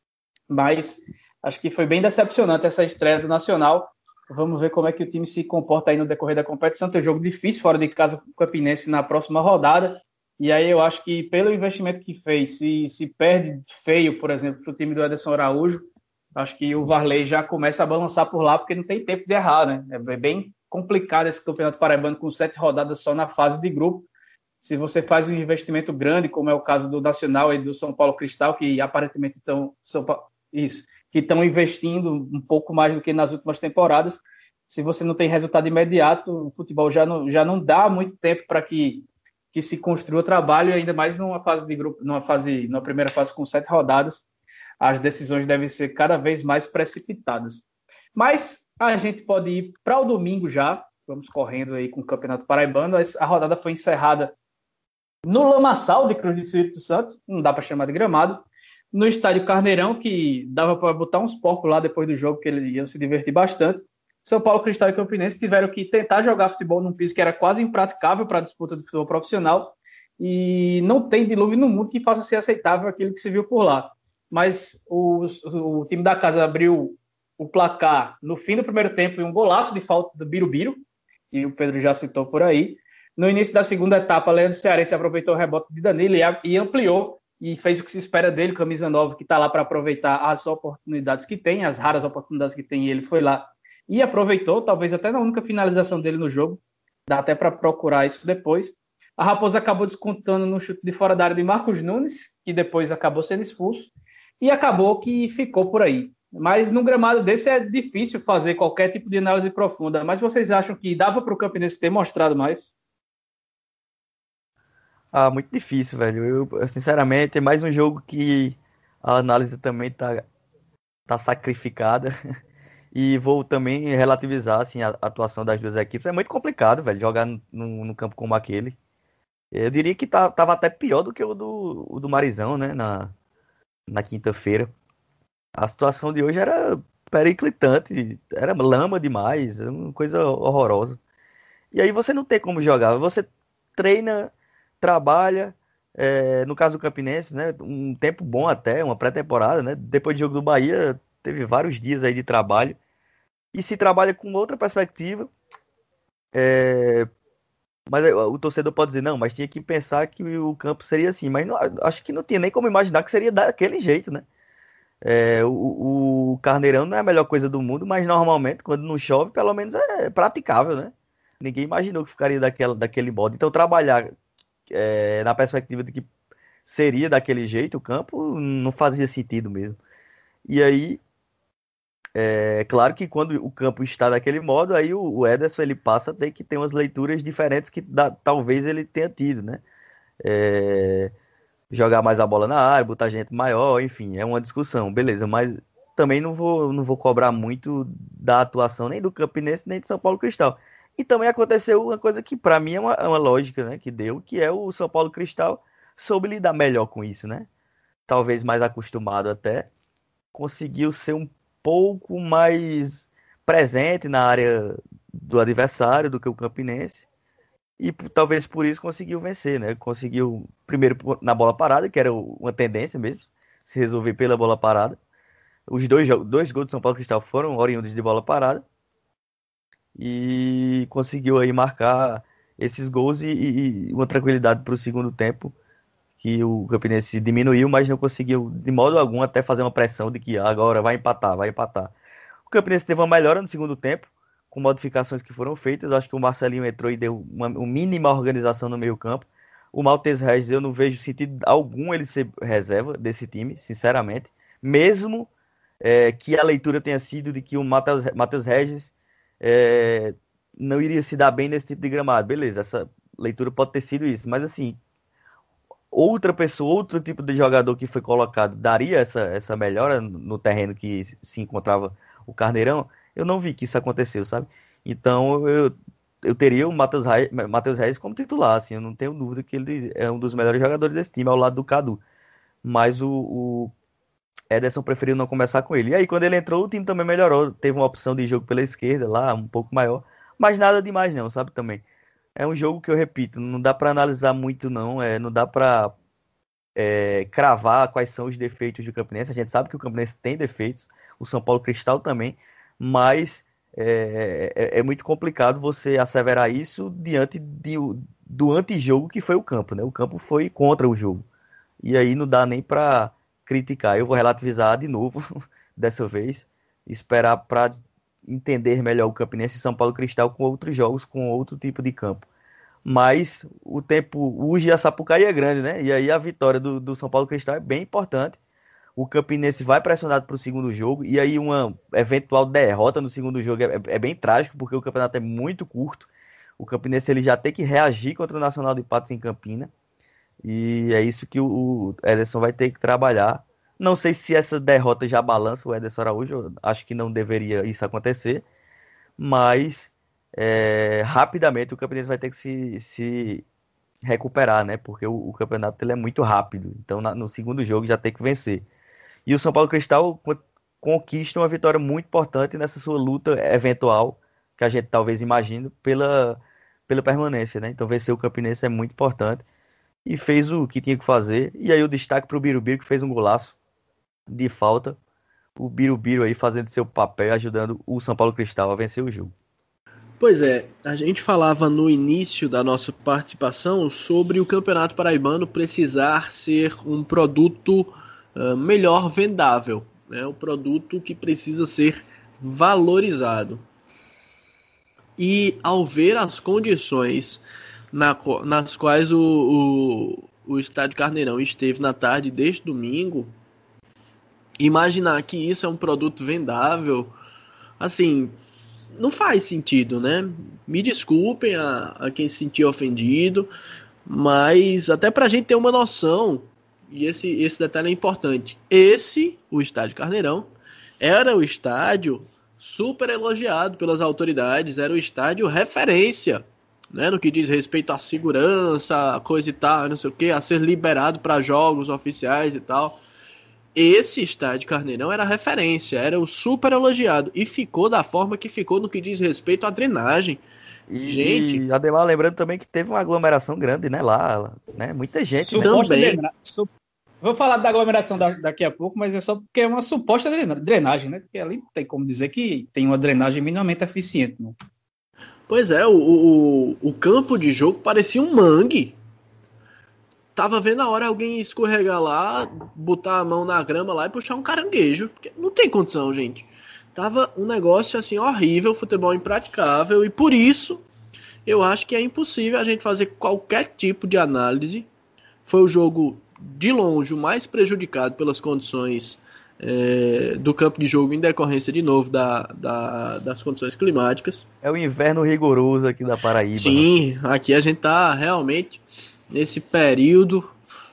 Speaker 1: Mas acho que foi bem decepcionante essa estreia do Nacional. Vamos ver como é que o time se comporta aí no decorrer da competição. Tem um jogo difícil fora de casa com o Campinense na próxima rodada. E aí eu acho que pelo investimento que fez, se, se perde feio, por exemplo, para o time do Ederson Araújo, acho que o Varley já começa a balançar por lá, porque não tem tempo de errar, né? É bem complicado esse Campeonato Paraibano com sete rodadas só na fase de grupo. Se você faz um investimento grande, como é o caso do Nacional e do São Paulo Cristal, que aparentemente estão... Isso... que estão investindo um pouco mais do que nas últimas temporadas. Se você não tem resultado imediato, o futebol já não, já não dá muito tempo para que, que se construa o trabalho, ainda mais numa fase de grupo, numa fase, numa primeira fase com sete rodadas, as decisões devem ser cada vez mais precipitadas. Mas a gente pode ir para o domingo já, vamos correndo aí com o Campeonato Paraibano. A rodada foi encerrada no Lamaçal de Cruz do Espírito Santo, não dá para chamar de gramado, no estádio Carneirão, que dava para botar uns porcos lá depois do jogo, que eles iam se divertir bastante. São Paulo Cristal e Campinense tiveram que tentar jogar futebol num piso que era quase impraticável para a disputa do futebol profissional, e não tem dilúvio no mundo que faça ser aceitável aquilo que se viu por lá. Mas o, o time da casa abriu o placar no fim do primeiro tempo e um golaço de falta do Birubiru, que o Pedro já citou por aí. No início da segunda etapa, Leandro Cearense aproveitou o rebote de Danilo e ampliou e fez o que se espera dele, camisa nova, que está lá para aproveitar as oportunidades que tem, as raras oportunidades que tem, e ele foi lá e aproveitou, talvez até na única finalização dele no jogo, dá até para procurar isso depois. A Raposa acabou descontando no chute de fora da área de Marcos Nunes, que depois acabou sendo expulso, e acabou que ficou por aí. Mas num gramado desse é difícil fazer qualquer tipo de análise profunda, mas vocês acham que dava para o Campinense ter mostrado mais?
Speaker 2: Ah, muito difícil, velho. Eu, sinceramente, é mais um jogo que a análise também tá, tá sacrificada. E vou também relativizar assim, a atuação das duas equipes. É muito complicado, velho, jogar num, num campo como aquele. Eu diria que tá, tava até pior do que o do, o do Marizão, né, na, na quinta-feira. A situação de hoje era periclitante, era lama demais, era uma coisa horrorosa. E aí você não tem como jogar. Você treina, trabalha, é, no caso do Campinense, né, um tempo bom até, uma pré-temporada, né, depois do jogo do Bahia, teve vários dias aí de trabalho, e se trabalha com outra perspectiva, é, mas o torcedor pode dizer, não, mas tinha que pensar que o campo seria assim, mas não, acho que não tinha nem como imaginar que seria daquele jeito, né, é, o, o Carneirão não é a melhor coisa do mundo, mas normalmente, quando não chove, pelo menos é praticável, né, ninguém imaginou que ficaria daquela, daquele modo, então trabalhar É, na perspectiva de que seria daquele jeito o campo, não fazia sentido mesmo. E aí, é claro que quando o campo está daquele modo, aí o, o Ederson ele passa a ter que ter umas leituras diferentes que dá, talvez ele tenha tido, né? É, jogar mais a bola na área, botar gente maior, enfim, é uma discussão, beleza, mas também não vou, não vou cobrar muito da atuação nem do Campinense nem do São Paulo Cristal. E também aconteceu uma coisa que para mim é uma, é uma lógica, né, que deu, que é o São Paulo Cristal soube lidar melhor com isso, né? Talvez mais acostumado até, conseguiu ser um pouco mais presente na área do adversário do que o Campinense e talvez por isso conseguiu vencer, né? Conseguiu primeiro na bola parada, que era uma tendência mesmo, se resolver pela bola parada. Os dois, dois gols do São Paulo Cristal foram oriundos de bola parada. E conseguiu aí marcar esses gols e, e uma tranquilidade para o segundo tempo, que o Campinense diminuiu, mas não conseguiu de modo algum até fazer uma pressão de que agora vai empatar, vai empatar. O Campinense teve uma melhora no segundo tempo, com modificações que foram feitas. Eu acho que o Marcelinho entrou e deu uma, uma mínima organização no meio campo. O Matheus Regis, eu não vejo sentido algum ele ser reserva desse time, sinceramente. Mesmo é, que a leitura tenha sido de que o Matheus Regis É, não iria se dar bem nesse tipo de gramado. Beleza, essa leitura pode ter sido isso, mas assim, outra pessoa, outro tipo de jogador que foi colocado daria essa, essa melhora no terreno que se encontrava o Carneirão? Eu não vi que isso aconteceu, sabe? Então eu, eu teria o Matheus Reis, Matheus Reis como titular, assim, eu não tenho dúvida que ele é um dos melhores jogadores desse time, ao lado do Cadu. Mas o, o Ederson preferiu não começar com ele. E aí, quando ele entrou, o time também melhorou. Teve uma opção de jogo pela esquerda lá, um pouco maior. Mas nada demais não, sabe, também. É um jogo que eu repito, não dá para analisar muito não. É, não dá para é, cravar quais são os defeitos do Campinense. A gente sabe que o Campinense tem defeitos. O São Paulo Cristal também. Mas é, é, é muito complicado você asseverar isso diante de, do antijogo que foi o campo, né? O campo foi contra o jogo. E aí não dá nem para criticar. Eu vou relativizar de novo, dessa vez, esperar para entender melhor o Campinense e São Paulo Cristal com outros jogos, com outro tipo de campo. Mas o tempo urge e a Sapucaí é grande, né? E aí a vitória do, do São Paulo Cristal é bem importante. O Campinense vai pressionado para o segundo jogo, e aí uma eventual derrota no segundo jogo é, é bem trágico, porque o campeonato é muito curto. O Campinense ele já tem que reagir contra o Nacional de Patos em Campina. E é isso que o Ederson vai ter que trabalhar. Não sei se essa derrota já balança o Ederson Araújo. Eu acho que não deveria isso acontecer. Mas é, rapidamente o Campinense vai ter que se, se recuperar, né? Porque o, o campeonato ele é muito rápido. Então na, no segundo jogo já tem que vencer. E o São Paulo Cristal conquista uma vitória muito importante nessa sua luta eventual que a gente talvez imagine pela, pela permanência, né? Então vencer o Campinense é muito importante. E fez o que tinha que fazer. E aí o destaque para o Birubiru, que fez um golaço de falta. O Birubiru aí fazendo seu papel, ajudando o São Paulo Cristal a vencer o jogo.
Speaker 3: Pois é, a gente falava no início da nossa participação sobre o Campeonato Paraibano precisar ser um produto uh, melhor vendável, né? Um produto que precisa ser valorizado. E ao ver as condições na, nas quais o, o, o Estádio Carneirão esteve na tarde deste domingo, imaginar que isso é um produto vendável, assim, não faz sentido, né? Me desculpem a, a quem se sentiu ofendido, mas até pra gente ter uma noção, e esse, esse detalhe é importante, esse, o Estádio Carneirão, era o estádio super elogiado pelas autoridades, era o estádio referência, né, no que diz respeito à segurança, coisa e tal, não sei o que, a ser liberado para jogos oficiais e tal. Esse estádio Carneirão era referência, era o super elogiado, e ficou da forma que ficou no que diz respeito à drenagem.
Speaker 2: E,
Speaker 3: gente,
Speaker 2: e Ademar, lembrando também que teve uma aglomeração grande, né, lá, né, muita gente, né?
Speaker 1: Suposta
Speaker 3: Também.
Speaker 1: drena- su- Vou falar da aglomeração da- daqui a pouco, mas é só porque é uma suposta drena- drenagem, né? Porque ali não tem como dizer que tem uma drenagem minimamente eficiente, não.
Speaker 3: Pois é, o, o, o campo de jogo parecia um mangue. Tava vendo a hora alguém escorregar lá, botar a mão na grama lá e puxar um caranguejo. Porque não tem condição, gente. Tava um negócio assim horrível, futebol impraticável, e por isso eu acho que é impossível a gente fazer qualquer tipo de análise. Foi o jogo, de longe, o mais prejudicado pelas condições é, do campo de jogo em decorrência, de novo, da, da, das condições climáticas.
Speaker 2: É o inverno rigoroso aqui da Paraíba.
Speaker 3: Sim, né? Aqui a gente tá realmente nesse período,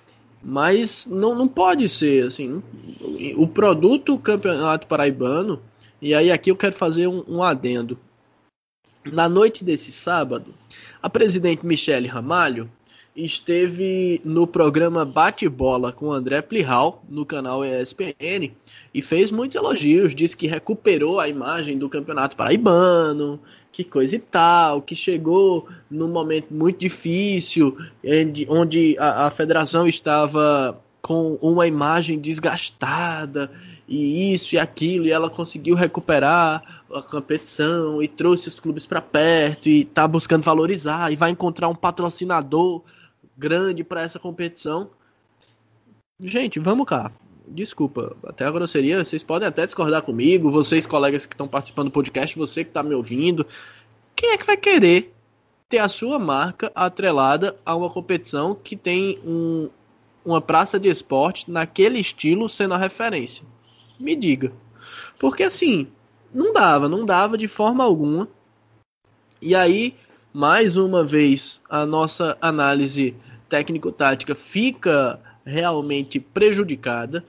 Speaker 3: mas não, não pode ser assim. O produto Campeonato Paraibano, e aí aqui eu quero fazer um, um adendo. Na noite desse sábado, a presidente Michele Ramalho esteve no programa Bate-Bola com André Plihal, no canal E S P N, e fez muitos elogios, disse que recuperou a imagem do Campeonato Paraibano, que coisa e tal, que chegou num momento muito difícil, onde a, a federação estava com uma imagem desgastada, e isso e aquilo, e ela conseguiu recuperar a competição, e trouxe os clubes para perto, e está buscando valorizar, e vai encontrar um patrocinador grande para essa competição. Gente, vamos cá. Desculpa, até a grosseria, vocês podem até discordar comigo, vocês colegas que estão participando do podcast, você que está me ouvindo, quem é que vai querer ter a sua marca atrelada a uma competição que tem um, uma praça de esporte naquele estilo sendo a referência? Me diga. Porque assim, não dava, não dava de forma alguma. E aí, mais uma vez, a nossa análise técnico-tática fica realmente prejudicada.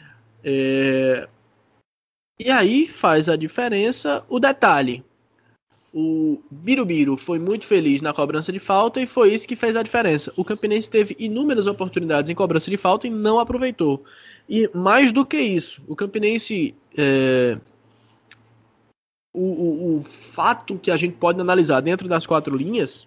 Speaker 3: É... E aí faz a diferença o detalhe. O Birubiru foi muito feliz na cobrança de falta e foi isso que fez a diferença. O Campinense teve inúmeras oportunidades em cobrança de falta e não aproveitou. E mais do que isso, o Campinense... É... O, o, o fato que a gente pode analisar dentro das quatro linhas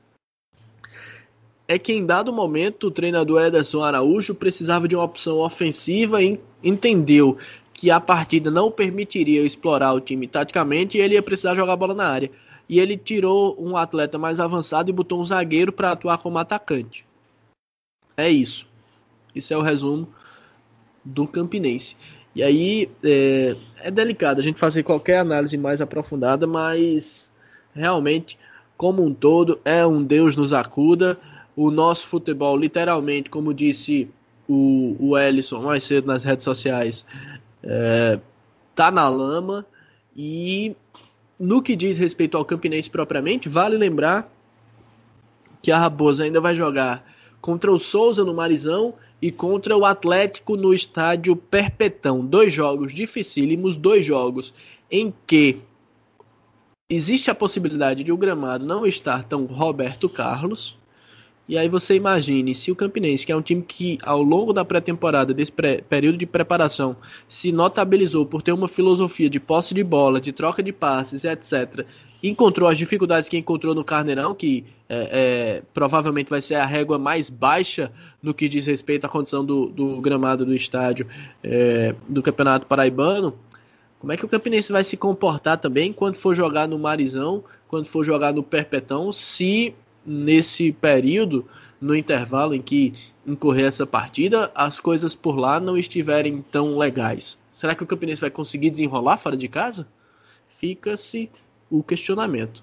Speaker 3: é que em dado momento o treinador Ederson Araújo precisava de uma opção ofensiva e entendeu que a partida não permitiria explorar o time taticamente e ele ia precisar jogar a bola na área. E ele tirou um atleta mais avançado e botou um zagueiro para atuar como atacante. É isso. Isso é o resumo do Campinense. E aí é, é delicado a gente fazer qualquer análise mais aprofundada, mas realmente, como um todo, é um Deus nos acuda. O nosso futebol, literalmente, como disse o, o Ellison mais cedo nas redes sociais, é, tá na lama. E no que diz respeito ao Campinense propriamente, vale lembrar que a Raposa ainda vai jogar contra o Souza no Marizão e contra o Atlético no estádio Perpetão. Dois jogos dificílimos, dois jogos em que existe a possibilidade de o gramado não estar tão Roberto Carlos. E aí você imagine, se o Campinense, que é um time que ao longo da pré-temporada, desse pré- período de preparação, se notabilizou por ter uma filosofia de posse de bola, de troca de passes, etcétera, encontrou as dificuldades que encontrou no Carneirão, que é, é, provavelmente vai ser a régua mais baixa no que diz respeito à condição do, do gramado do estádio é, do Campeonato Paraibano. Como é que o Campinense vai se comportar também quando for jogar no Marizão, quando for jogar no Perpetão, se nesse período, no intervalo em que incorrer essa partida, as coisas por lá não estiverem tão legais? Será que o Campinense vai conseguir desenrolar fora de casa? Fica-se o questionamento.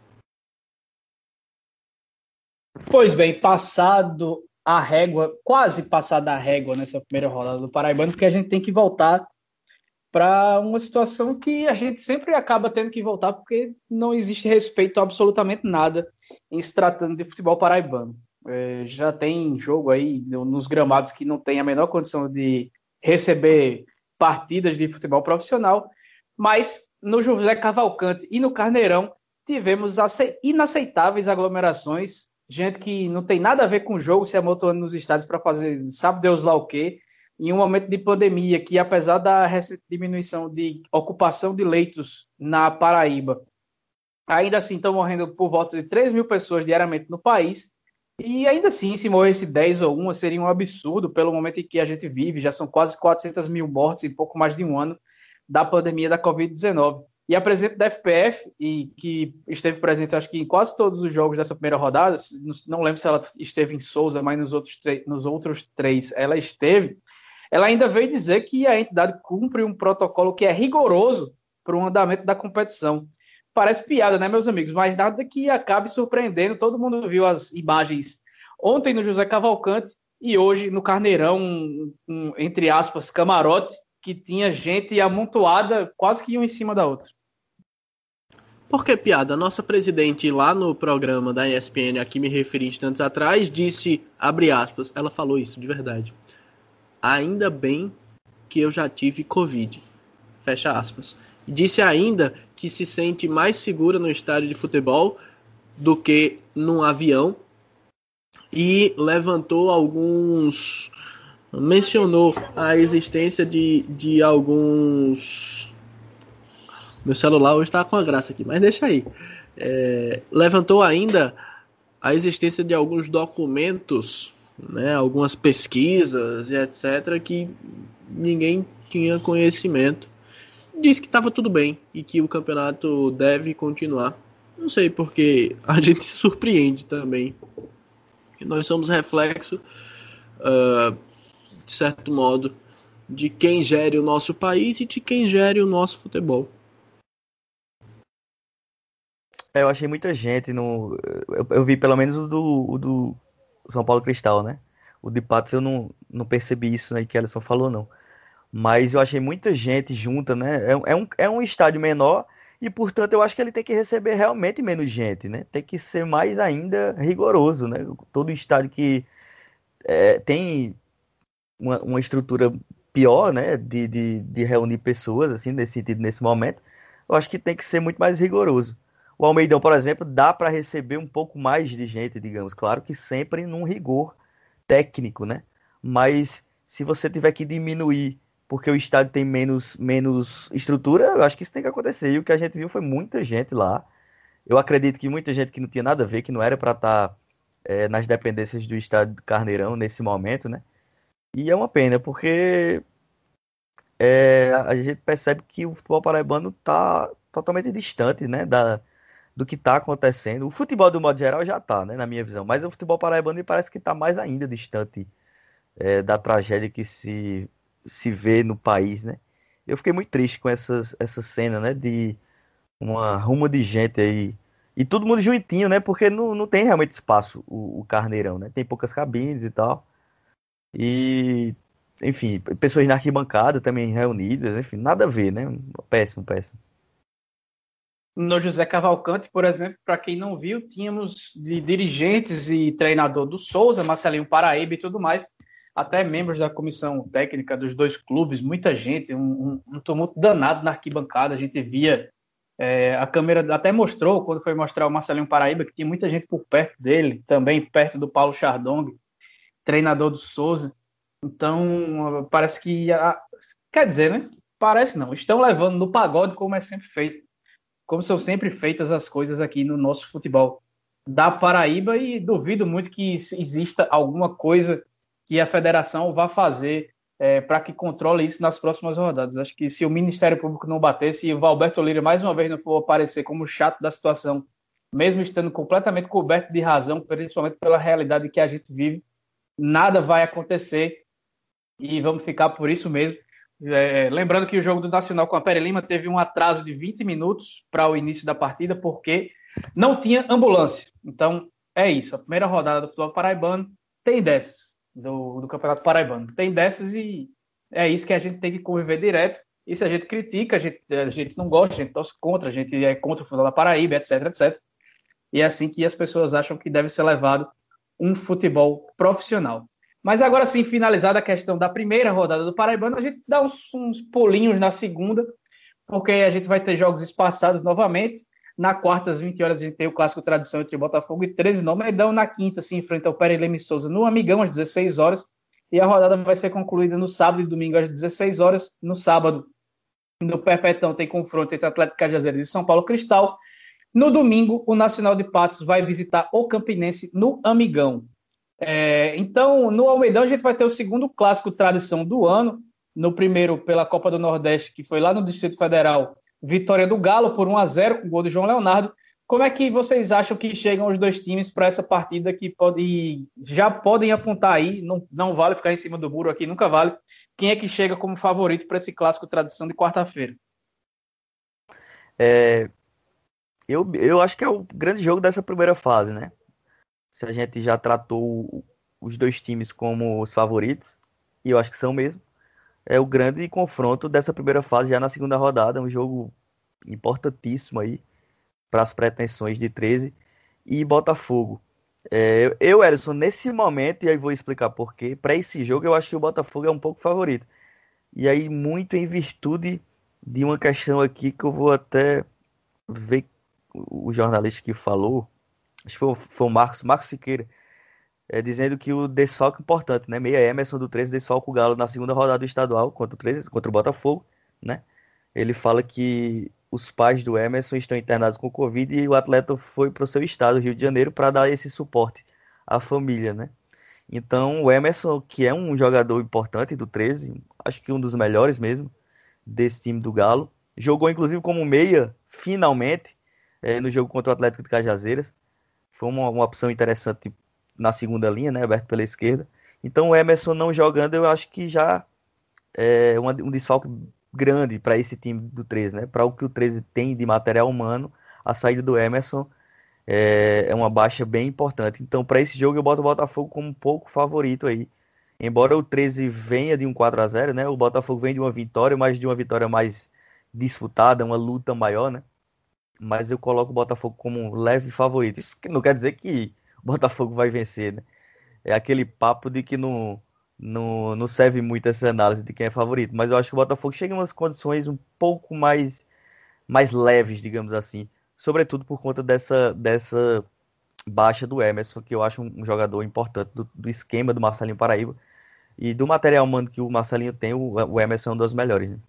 Speaker 1: Pois bem, passado a régua, quase passada a régua nessa primeira rodada do Paraibano, porque a gente tem que voltar para uma situação que a gente sempre acaba tendo que voltar, porque não existe respeito a absolutamente nada em se tratando de futebol paraibano. É, já tem jogo aí nos gramados que não tem a menor condição de receber partidas de futebol profissional, mas no José Cavalcante e no Carneirão tivemos inaceitáveis aglomerações, gente que não tem nada a ver com o jogo, se amontoando nos estádios para fazer sabe Deus lá o quê, em um momento de pandemia, que apesar da recente diminuição de ocupação de leitos na Paraíba, ainda assim estão morrendo por volta de três mil pessoas diariamente no país, e ainda assim, se morresse dez ou uma, seria um absurdo pelo momento em que a gente vive, já são quase quatrocentas mil mortes em pouco mais de um ano da pandemia da covid dezenove. E a presidente da F P F, e que esteve presente, acho que em quase todos os jogos dessa primeira rodada, não lembro se ela esteve em Souza, mas nos outros, nos outros três ela esteve, ela ainda veio dizer que a entidade cumpre um protocolo que é rigoroso para o andamento da competição. Parece piada, né, meus amigos? Mas nada que acabe surpreendendo. Todo mundo viu as imagens ontem no José Cavalcante e hoje no Carneirão, um, um, entre aspas, camarote, que tinha gente amontoada quase que um em cima da outra.
Speaker 3: Por que piada? A nossa presidente lá no programa da E S P N, a que me referi instantes atrás, disse, abre aspas, ela falou isso de verdade. Ainda bem que eu já tive Covid. Fecha aspas. Disse ainda que se sente mais segura no estádio de futebol do que num avião. E levantou alguns... Mencionou a existência de, de alguns... Meu celular hoje está com a graça aqui, mas deixa aí. É, levantou ainda a existência de alguns documentos, né, algumas pesquisas e etcétera, que ninguém tinha conhecimento. Disse que estava tudo bem e que o campeonato deve continuar. Não sei porque a gente se surpreende também. Nós somos reflexo, uh, de certo modo, de quem gere o nosso país e de quem gere o nosso futebol.
Speaker 2: É, eu achei muita gente no. Eu, eu vi pelo menos o do, o do São Paulo Cristal, né? O de Patos eu não, não percebi isso aí que a Alisson falou, não. Mas eu achei muita gente junta, né? É, é, um, é um estádio menor e, portanto, eu acho que ele tem que receber realmente menos gente, né? Tem que ser mais ainda rigoroso, né? Todo estádio que é, tem uma, uma estrutura pior, né? De, de, de reunir pessoas, assim, nesse sentido, nesse momento, eu acho que tem que ser muito mais rigoroso. O Almeidão, por exemplo, dá para receber um pouco mais de gente, digamos. Claro que sempre num rigor técnico, né? Mas se você tiver que diminuir porque o estádio tem menos, menos estrutura, eu acho que isso tem que acontecer. E o que a gente viu foi muita gente lá. Eu acredito que muita gente que não tinha nada a ver, que não era para estar é, nas dependências do estádio do Carneirão nesse momento, né? E é uma pena, porque é, a gente percebe que o futebol paraibano está totalmente distante, né, da, do que está acontecendo. O futebol, do modo geral, já está, né, na minha visão. Mas o futebol paraibano me parece que está mais ainda distante é, da tragédia que se, se vê no país, né? Eu fiquei muito triste com essas, essa cena, né, de uma ruma de gente aí. E todo mundo juntinho, né? Porque não, não tem realmente espaço o, o Carneirão, né? Tem poucas cabines e tal. E, enfim, pessoas na arquibancada também reunidas, enfim, nada a ver, né? Péssimo, péssimo.
Speaker 1: No José Cavalcante, por exemplo, para quem não viu, tínhamos de dirigentes e treinador do Souza, Marcelinho Paraíba e tudo mais, até membros da comissão técnica dos dois clubes, muita gente, um, um, um tumulto danado na arquibancada, a gente via É, a câmera até mostrou, quando foi mostrar o Marcelinho Paraíba, que tinha muita gente por perto dele, também perto do Paulo Chardong, treinador do Souza. Então, parece que... A, quer dizer, né? Parece não. Estão levando no pagode como é sempre feito. Como são sempre feitas as coisas aqui no nosso futebol da Paraíba, e duvido muito que exista alguma coisa que a federação vá fazer é, para que controle isso nas próximas rodadas. Acho que se o Ministério Público não batesse e o Valberto Lira mais uma vez não for aparecer como chato da situação, mesmo estando completamente coberto de razão, principalmente pela realidade que a gente vive, nada vai acontecer e vamos ficar por isso mesmo. É, lembrando que o jogo do Nacional com a Pere Lima teve um atraso de vinte minutos para o início da partida, porque não tinha ambulância. Então, é isso. A primeira rodada do futebol paraibano tem dessas, do, do Campeonato Paraibano. Tem dessas e é isso que a gente tem que conviver direto. E se a gente critica, a gente, a gente não gosta, a gente torce contra, a gente é contra o futebol da Paraíba, etc, etcétera. E é assim que as pessoas acham que deve ser levado um futebol profissional. Mas agora sim, finalizada a questão da primeira rodada do Paraibano, a gente dá uns, uns pulinhos na segunda, porque a gente vai ter jogos espaçados novamente. Na quarta, às vinte horas, a gente tem o clássico tradição entre Botafogo e treze no Medão. Na quinta, se enfrenta o Pere Lima e Souza no Amigão, às dezesseis horas. E a rodada vai ser concluída no sábado e domingo, às dezesseis horas. No sábado, no Perpetão, tem confronto entre Atlético Cajazeiras e São Paulo Cristal. No domingo, o Nacional de Patos vai visitar o Campinense no Amigão. É, então, no Almeidão, a gente vai ter o segundo clássico tradição do ano. No primeiro, pela Copa do Nordeste, que foi lá no Distrito Federal, vitória do Galo por um a zero, com gol do João Leonardo. Como é que vocês acham que chegam os dois times para essa partida que pode, já podem apontar aí, não, não vale ficar em cima do muro aqui, nunca vale, quem é que chega como favorito para esse clássico tradição de quarta-feira?
Speaker 2: É, eu, eu acho que é o grande jogo dessa primeira fase, né? Se a gente já tratou os dois times como os favoritos, e eu acho que são mesmo, é o grande confronto dessa primeira fase já na segunda rodada, um jogo importantíssimo aí para as pretensões de treze e Botafogo. É, eu, Elson, nesse momento, e aí vou explicar por quê, para esse jogo eu acho que o Botafogo é um pouco favorito. E aí muito em virtude de uma questão aqui que eu vou até ver o jornalista que falou, acho que foi, foi o Marcos, Marcos Siqueira, É, dizendo que o desfalque importante, né? Meia Emerson do treze desfalca o Galo na segunda rodada do estadual contra o treze, contra o Botafogo, né? Ele fala que os pais do Emerson estão internados com Covid e o atleta foi para o seu estado, Rio de Janeiro, para dar esse suporte à família, né? Então, o Emerson, que é um jogador importante do treze, acho que um dos melhores mesmo desse time do Galo, jogou inclusive como meia, finalmente, é, no jogo contra o Atlético de Cajazeiras. Foi uma, uma opção interessante na segunda linha, né, aberto pela esquerda. Então o Emerson não jogando, eu acho que já é uma, um desfalque grande para esse time do treze, né? Para o que o treze tem de material humano, a saída do Emerson é, é uma baixa bem importante. Então para esse jogo eu boto o Botafogo como um pouco favorito aí. Embora o treze venha de um quatro a zero, né? O Botafogo vem de uma vitória, mas de uma vitória mais disputada, uma luta maior, né? Mas eu coloco o Botafogo como um leve favorito. Isso não quer dizer que o Botafogo vai vencer, né? É aquele papo de que não, não, não serve muito essa análise de quem é favorito. Mas eu acho que o Botafogo chega em umas condições um pouco mais, mais leves, digamos assim. Sobretudo por conta dessa, dessa baixa do Emerson, que eu acho um, um jogador importante do, do esquema do Marcelinho Paraíba. E do material humano que o Marcelinho tem, o, o Emerson é um dos melhores, né?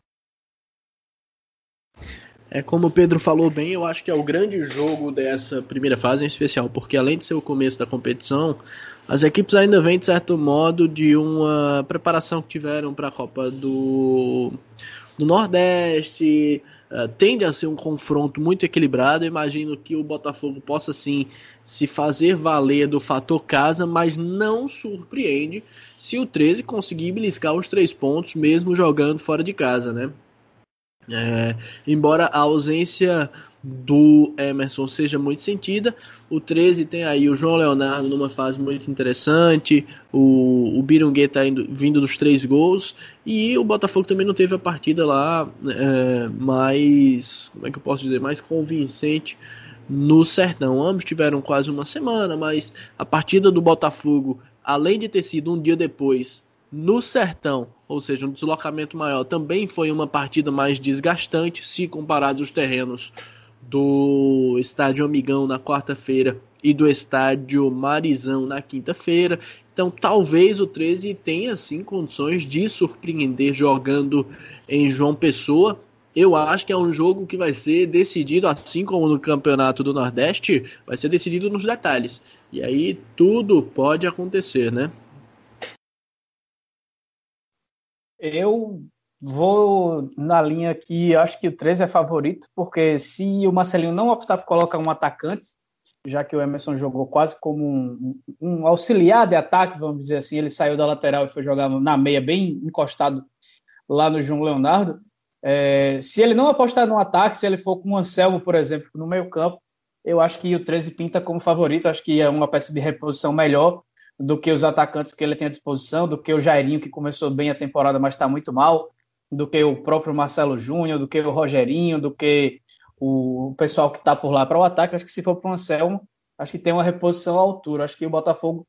Speaker 3: É como o Pedro falou bem, eu acho que é o grande jogo dessa primeira fase em especial, porque além de ser o começo da competição, as equipes ainda vêm, de certo modo, de uma preparação que tiveram para a Copa do, do Nordeste, uh, tende a ser um confronto muito equilibrado. Eu imagino que o Botafogo possa, sim, se fazer valer do fator casa, mas não surpreende se o treze conseguir beliscar os três pontos, mesmo jogando fora de casa, né? É, embora a ausência do Emerson seja muito sentida, o treze tem aí o João Leonardo numa fase muito interessante, o, o Birunguê está vindo dos três gols, e o Botafogo também não teve a partida lá é, mais, como é que eu posso dizer, mais convincente no Sertão. Ambos tiveram quase uma semana, mas a partida do Botafogo, além de ter sido um dia depois no Sertão, ou seja, um deslocamento maior, também foi uma partida mais desgastante, se comparados os terrenos do Estádio Amigão na quarta-feira e do Estádio Marizão na quinta-feira. Então talvez o treze tenha sim condições de surpreender jogando em João Pessoa. Eu acho que é um jogo que vai ser decidido, assim como no Campeonato do Nordeste, vai ser decidido nos detalhes. E aí tudo pode acontecer, né?
Speaker 1: Eu vou na linha que acho que o treze é favorito, porque se o Marcelinho não optar por colocar um atacante, já que o Emerson jogou quase como um, um auxiliar de ataque, vamos dizer assim, ele saiu da lateral e foi jogar na meia, bem encostado lá no João Leonardo. É, se ele não apostar no ataque, se ele for com o Anselmo, por exemplo, no meio campo, eu acho que o treze pinta como favorito, acho que é uma peça de reposição melhor do que os atacantes que ele tem à disposição, do que o Jairinho, que começou bem a temporada, mas está muito mal, do que o próprio Marcelo Júnior, do que o Rogerinho, do que o pessoal que está por lá para o ataque. Acho que se for para o Anselmo, acho que tem uma reposição à altura. Acho que o Botafogo,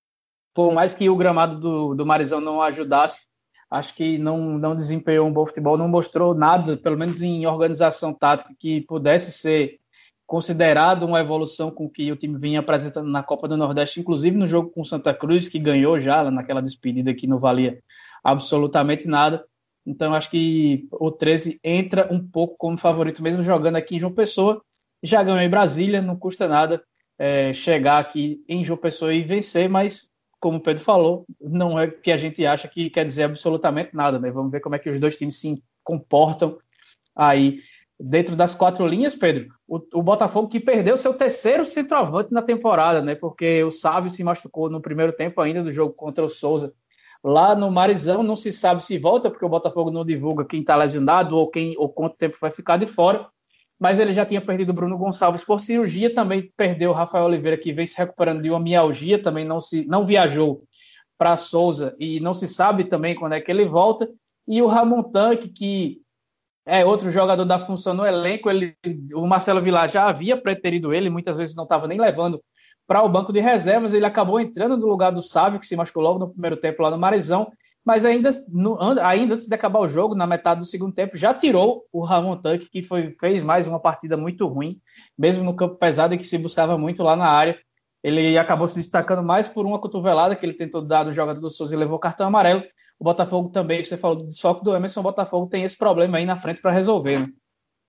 Speaker 1: por mais que o gramado do, do Marizão não ajudasse, acho que não, não desempenhou um bom futebol, não mostrou nada, pelo menos em organização tática, que pudesse ser considerado uma evolução com que o time vinha apresentando na Copa do Nordeste, inclusive no jogo com o Santa Cruz, que ganhou já naquela despedida que não valia absolutamente nada. Então acho que o treze entra um pouco como favorito, mesmo jogando aqui em João Pessoa. Já ganhou em Brasília, não custa nada é, chegar aqui em João Pessoa e vencer, mas como o Pedro falou, não é que a gente acha que quer dizer absolutamente nada, né? Vamos ver como é que os dois times se comportam aí dentro das quatro linhas, Pedro. O, o Botafogo que perdeu seu terceiro centroavante na temporada, né? Porque o Sávio se machucou no primeiro tempo ainda do jogo contra o Souza. Lá no Marizão não se sabe se volta, porque o Botafogo não divulga quem está lesionado ou, quem, ou quanto tempo vai ficar de fora. Mas ele já tinha perdido o Bruno Gonçalves por cirurgia, também perdeu o Rafael Oliveira, que vem se recuperando de uma mialgia, também não, se, não viajou para Souza e não se sabe também quando é que ele volta. E o Ramon Tanque, que é outro jogador da função no elenco, ele, o Marcelo Vilar já havia preterido ele, muitas vezes não estava nem levando para o banco de reservas, ele acabou entrando no lugar do Sávio, que se machucou logo no primeiro tempo lá no Marizão, mas ainda, no, ainda antes de acabar o jogo, na metade do segundo tempo, já tirou o Ramon Tanque, que foi, fez mais uma partida muito ruim, mesmo no campo pesado e que se buscava muito lá na área. Ele acabou se destacando mais por uma cotovelada que ele tentou dar no jogador do Souza e levou cartão amarelo. O Botafogo também, você falou do desfoque do Emerson, o Botafogo tem esse problema aí na frente para resolver, né?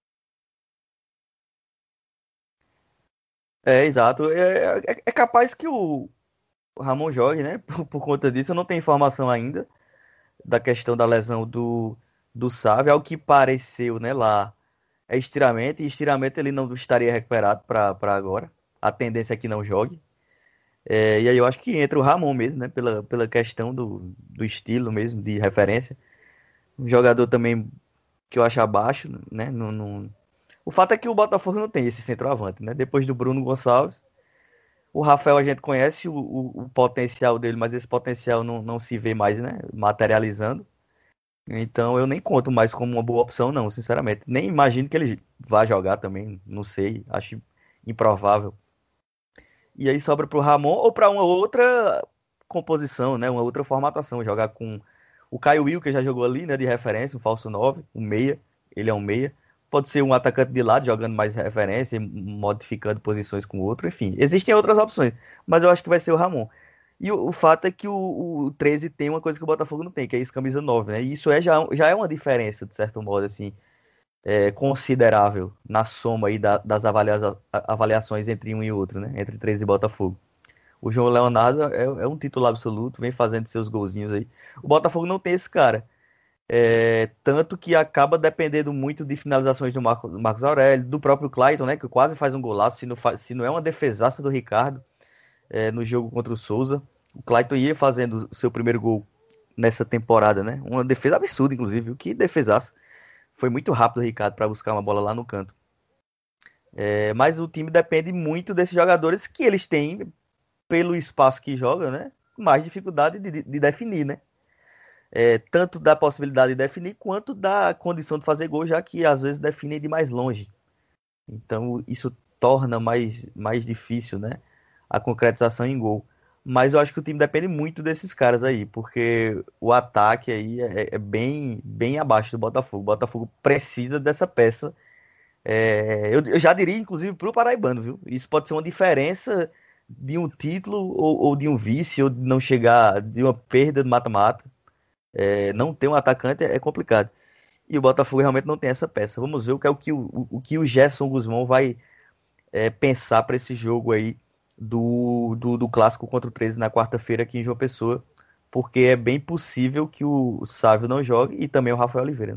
Speaker 2: É, exato. É, é, é capaz que o Ramon jogue, né? Por, por conta disso, eu não tenho informação ainda da questão da lesão do, do Sávio. Ao que pareceu, né, lá é estiramento, e estiramento ele não estaria recuperado para agora. A tendência é que não jogue. É, e aí eu acho que entra o Ramon mesmo, né? Pela, pela questão do, do estilo mesmo, de referência. Um jogador também que eu acho abaixo, né? No, no... O fato é que o Botafogo não tem esse centroavante, né? Depois do Bruno Gonçalves. O Rafael a gente conhece o, o, o potencial dele, mas esse potencial não, não se vê mais, né? Materializando. Então eu nem conto mais como uma boa opção, não, sinceramente. Nem imagino que ele vá jogar também, não sei, acho improvável. E aí sobra pro Ramon ou para uma outra composição, né? Uma outra formatação. Jogar com o Caio Will, que já jogou ali, né? De referência, um falso nove, um meia. Ele é um meia. Pode ser um atacante de lado, jogando mais referência, modificando posições com o outro. Enfim, existem outras opções. Mas eu acho que vai ser o Ramon. E o, o fato é que o, o treze tem uma coisa que o Botafogo não tem, que é isso, camisa nove, né? E isso é, já, já é uma diferença, de certo modo, assim, é, considerável na soma aí da, das avalia, avaliações entre um e outro, né? Entre treze e Botafogo. O João Leonardo é, é um titular absoluto, vem fazendo seus golzinhos aí. O Botafogo não tem esse cara. É, tanto que acaba dependendo muito de finalizações do Marco, Marcos Aurélio, do próprio Clayton, né? Que quase faz um golaço, se não, faz, se não é uma defesaça do Ricardo. É, no jogo contra o Souza, o Clayton ia fazendo o seu primeiro gol nessa temporada, né? Uma defesa absurda, inclusive. O que defesaça. Foi muito rápido o Ricardo para buscar uma bola lá no canto. É, mas o time depende muito desses jogadores que eles têm, pelo espaço que jogam, né? Mais dificuldade de, de definir, né? É, tanto da possibilidade de definir, quanto da condição de fazer gol, já que às vezes definem de mais longe. Então isso torna mais, mais difícil, né? A concretização em gol. Mas eu acho que o time depende muito desses caras aí, porque o ataque aí é, é bem, bem abaixo do Botafogo. O Botafogo precisa dessa peça. É, eu, eu já diria, inclusive, pro Paraibano, viu? Isso pode ser uma diferença de um título ou, ou de um vice, ou de não chegar, de uma perda de mata-mata. É, não ter um atacante é, é complicado. E o Botafogo realmente não tem essa peça. Vamos ver o que é o que o, o, o que o Gerson Guzmão vai é, pensar para esse jogo aí do, do, do clássico contra o treze na quarta-feira aqui em João Pessoa, porque é bem possível que o Sávio não jogue e também o Rafael Oliveira.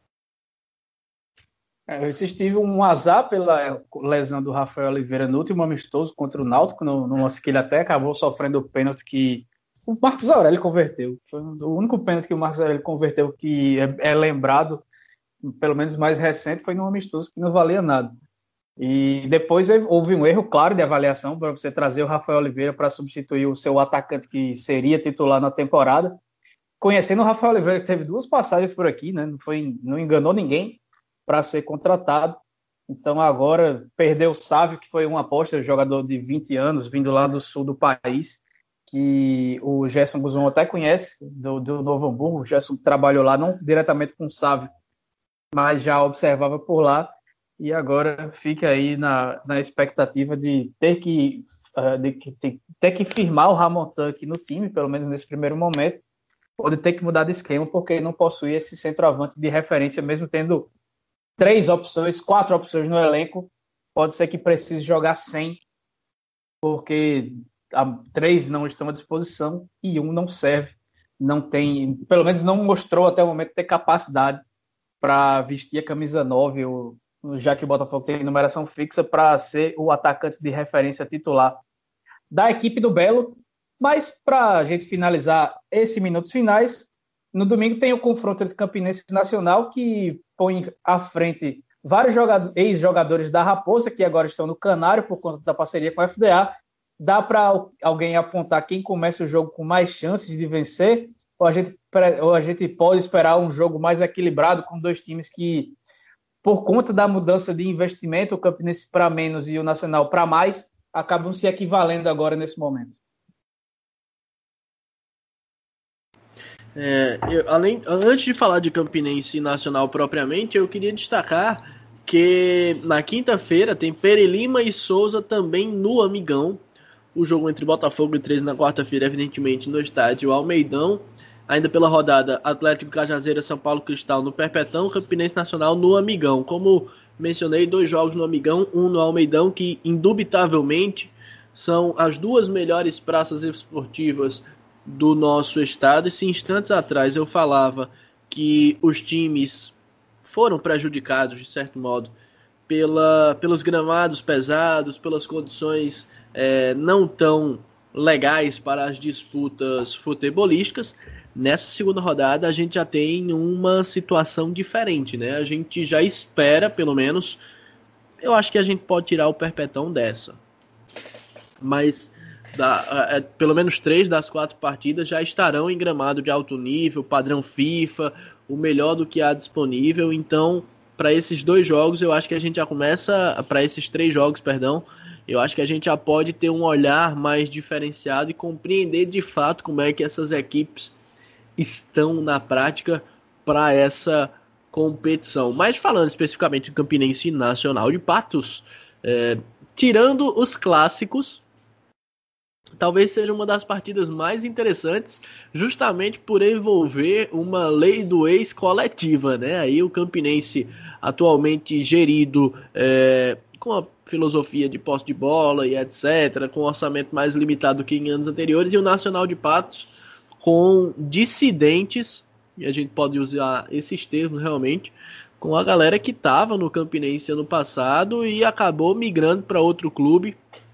Speaker 1: É, eu tive um azar pela lesão do Rafael Oliveira no último amistoso contra o Náutico, no, no lance que ele até acabou sofrendo o pênalti que o Marcos Aurélio converteu. Foi o único pênalti que o Marcos Aurélio converteu que é, é lembrado, pelo menos mais recente, foi num amistoso que não valia nada. E depois houve um erro claro de avaliação para você trazer o Rafael Oliveira para substituir o seu atacante que seria titular na temporada. Conhecendo o Rafael Oliveira, que teve duas passagens por aqui, né? Não, foi, não enganou ninguém para ser contratado. Então agora perdeu o Sávio, que foi uma aposta, jogador de vinte anos, vindo lá do sul do país, que o Gerson Guzmão até conhece, do, do Novo Hamburgo. O Gerson trabalhou lá, não diretamente com o Sávio, mas já observava por lá. E agora fica aí na, na expectativa de ter que, uh, de que ter, ter que firmar o Ramontan aqui no time, pelo menos nesse primeiro momento, ou de ter que mudar de esquema, porque não possui esse centroavante de referência, mesmo tendo três opções, quatro opções no elenco. Pode ser que precise jogar sem, porque a, três não estão à disposição e um não serve. Não tem, pelo menos não mostrou até o momento ter capacidade para vestir a camisa nove, ou já que o Botafogo tem numeração fixa, para ser o atacante de referência titular da equipe do Belo. Mas, para a gente finalizar esses minutos finais, no domingo tem o confronto entre Campinense e Nacional, que põe à frente vários jogadores, ex-jogadores da Raposa, que agora estão no Canário por conta da parceria com a F D A. Dá para alguém apontar quem começa o jogo com mais chances de vencer? Ou a gente, ou a gente pode esperar um jogo mais equilibrado, com dois times que, por conta da mudança de investimento, o Campinense para menos e o Nacional para mais, acabam se equivalendo agora nesse momento?
Speaker 3: É, eu, além, antes de falar de Campinense e Nacional propriamente, eu queria destacar que na quinta-feira tem Pere Lima e Souza também no Amigão. O jogo entre Botafogo e treze na quarta-feira, evidentemente, no estádio Almeidão. Ainda pela rodada, Atlético Cajazeira, São Paulo Cristal no Perpetão, Campinense Nacional no Amigão. Como mencionei, dois jogos no Amigão, um no Almeidão, que indubitavelmente são as duas melhores praças esportivas do nosso estado. E se instantes atrás eu falava que os times foram prejudicados, de certo modo, pela, pelos gramados pesados, pelas condições é, não tão legais para as disputas futebolísticas, nessa segunda rodada a gente já tem uma situação diferente, né? A gente já espera, pelo menos, eu acho que a gente pode tirar o Perpetão dessa. Mas da, é, pelo menos três das quatro partidas já estarão em gramado de alto nível, padrão FIFA, o melhor do que há disponível. Então, para esses dois jogos, eu acho que a gente já começa, para esses três jogos, perdão, eu acho que a gente já pode ter um olhar mais diferenciado e compreender de fato como é que essas equipes estão na prática para essa competição. Mas falando especificamente de Campinense e Nacional de Patos, é, tirando os clássicos, talvez seja uma das partidas mais interessantes, justamente por envolver uma lei do ex coletiva, né? Aí o Campinense, atualmente gerido é, com a filosofia de posse de bola e etcétera, com um orçamento mais limitado do que em anos anteriores, e o Nacional de Patos com dissidentes, e a gente pode usar esses termos realmente, com a galera que estava no Campinense ano passado e acabou migrando para outro clube,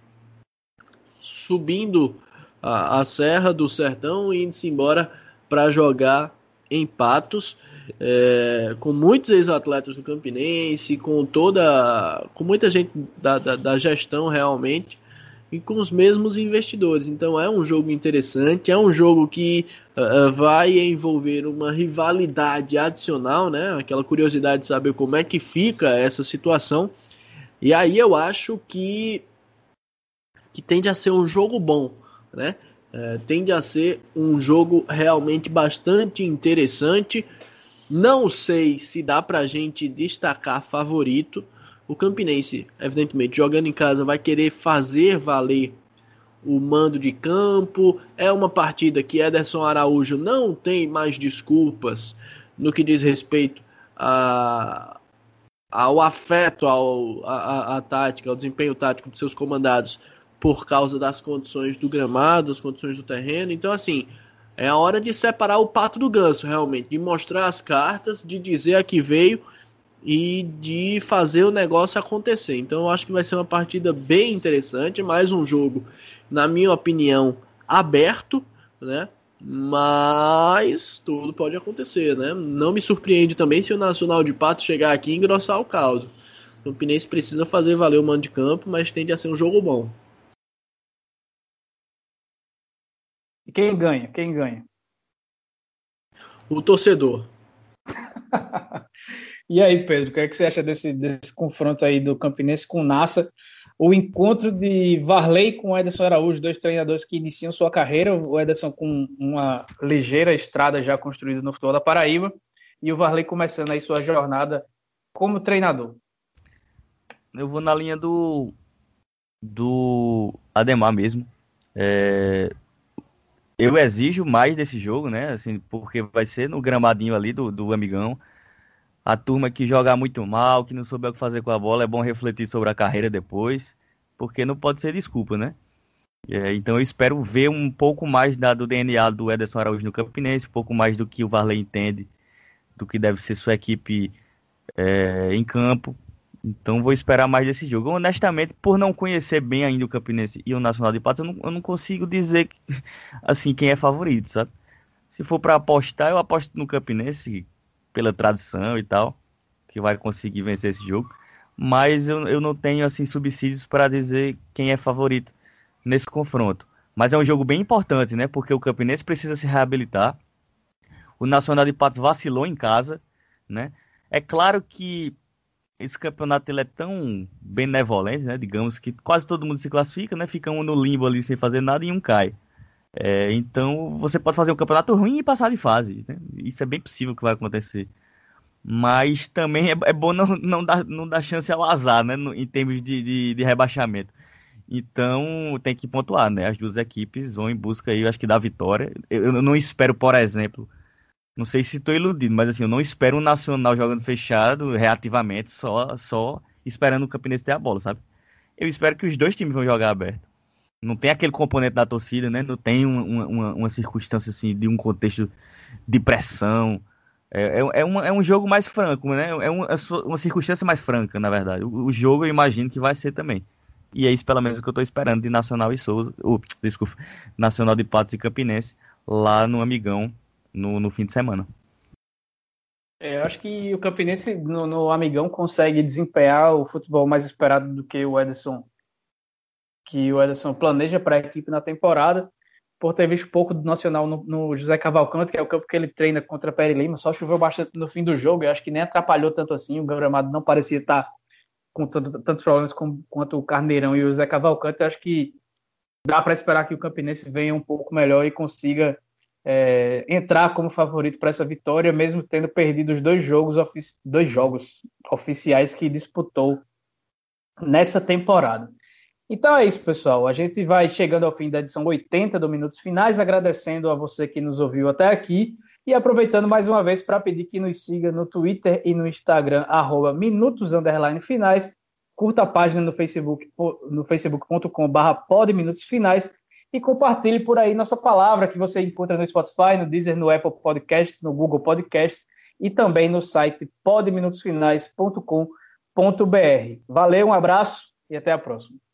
Speaker 3: subindo a, a Serra do Sertão e indo-se embora para jogar em Patos, é, com muitos ex-atletas do Campinense, com toda, com muita gente da, da, da gestão realmente, e com os mesmos investidores. Então é um jogo interessante, é um jogo que uh, vai envolver uma rivalidade adicional, né? Aquela curiosidade de saber como é que fica essa situação. E aí eu acho que, que tende a ser um jogo bom, né? É, tende a ser um jogo realmente bastante interessante. Não sei se dá pra gente destacar favorito. O Campinense, evidentemente, jogando em casa, vai querer fazer valer o mando de campo. É uma partida que Ederson Araújo não tem mais desculpas no que diz respeito a, ao afeto, ao, a, a, a tática, ao desempenho tático de seus comandados por causa das condições do gramado, das condições do terreno. Então, assim, é a hora de separar o pato do ganso, realmente, de mostrar as cartas, de dizer a que veio e de fazer o negócio acontecer. Então eu acho que vai ser uma partida bem interessante, mais um jogo, na minha opinião, aberto, né? Mas tudo pode acontecer, né? Não me surpreende também se o Nacional de Pato chegar aqui e engrossar o caldo. O Campinense precisa fazer valer o mando de campo, mas tende a ser um jogo bom.
Speaker 1: E quem ganha? Quem ganha?
Speaker 3: O torcedor.
Speaker 1: E aí, Pedro, o que é que você acha desse, desse confronto aí do Campinense com o Nassa? O encontro de Varley com o Ederson Araújo, dois treinadores que iniciam sua carreira, o Ederson com uma ligeira estrada já construída no futebol da Paraíba, e o Varley começando aí sua jornada como treinador.
Speaker 2: Eu vou na linha do, do Ademar mesmo. É... Eu exijo mais desse jogo, né? Assim, porque vai ser no gramadinho ali do, do Amigão. A turma que joga muito mal, que não souber o que fazer com a bola, é bom refletir sobre a carreira depois, porque não pode ser desculpa, né? É, então eu espero ver um pouco mais da, do D N A do Ederson Araújo no Campinense, um pouco mais do que o Varley entende, do que deve ser sua equipe é, em campo. Então vou esperar mais desse jogo. Honestamente, por não conhecer bem ainda o Campinense e o Nacional de Patos, eu não, eu não consigo dizer assim quem é favorito, sabe? Se for para apostar, eu aposto no Campinense, pela tradição e tal, que vai conseguir vencer esse jogo, mas eu, eu não tenho assim subsídios para dizer quem é favorito nesse confronto. Mas é um jogo bem importante, né? Porque o Campinense precisa se reabilitar, o Nacional de Patos vacilou em casa, né? É claro que esse campeonato ele é tão benevolente, né? Digamos que quase todo mundo se classifica, né? Fica um no limbo ali sem fazer nada e um cai. É, então você pode fazer um campeonato ruim e passar de fase, né? Isso é bem possível que vai acontecer, mas também é, é bom não, não, dar, não dar chance ao azar, né? No, em termos de, de, de rebaixamento. Então tem que pontuar, né? As duas equipes vão em busca aí, eu acho que da vitória. Eu, eu não espero, por exemplo, não sei se estou iludido, mas assim, eu não espero um Nacional jogando fechado reativamente, só, só esperando o Campinense ter a bola, sabe? Eu espero que os dois times vão jogar aberto. Não tem aquele componente da torcida, né? Não tem uma, uma, uma circunstância assim de um contexto de pressão. É, é, é, uma, é um jogo mais franco, né? É uma, é uma circunstância mais franca, na verdade. O, o jogo eu imagino que vai ser também. E é isso pelo menos o que eu estou esperando de Nacional e Souza. Uh, desculpa, Nacional de Patos e Campinense lá no Amigão no, no fim de semana.
Speaker 1: É, eu acho que o Campinense no, no Amigão consegue desempenhar o futebol mais esperado do que o Ederson que o Ederson planeja para a equipe na temporada, por ter visto pouco do Nacional no, no José Cavalcante, que é o campo que ele treina contra a Pere Lima. Só choveu bastante no fim do jogo, eu acho que nem atrapalhou tanto assim, o gramado não parecia estar com tanto, tantos problemas como, quanto o Carneirão e o José Cavalcante. Eu acho que dá para esperar que o Campinense venha um pouco melhor e consiga é, entrar como favorito para essa vitória, mesmo tendo perdido os dois jogos, ofici- dois jogos oficiais que disputou nessa temporada. Então é isso, pessoal. A gente vai chegando ao fim da edição oitenta do Minutos Finais, agradecendo a você que nos ouviu até aqui e aproveitando mais uma vez para pedir que nos siga no Twitter e no Instagram, arroba Minutos Underline Finais, curta a página no Facebook, no facebook ponto com barra pod Minutos Finais e compartilhe por aí nossa palavra que você encontra no Spotify, no Deezer, no Apple Podcasts, no Google Podcasts e também no site pod minutos finais ponto com ponto b r. Valeu, um abraço e até a próxima.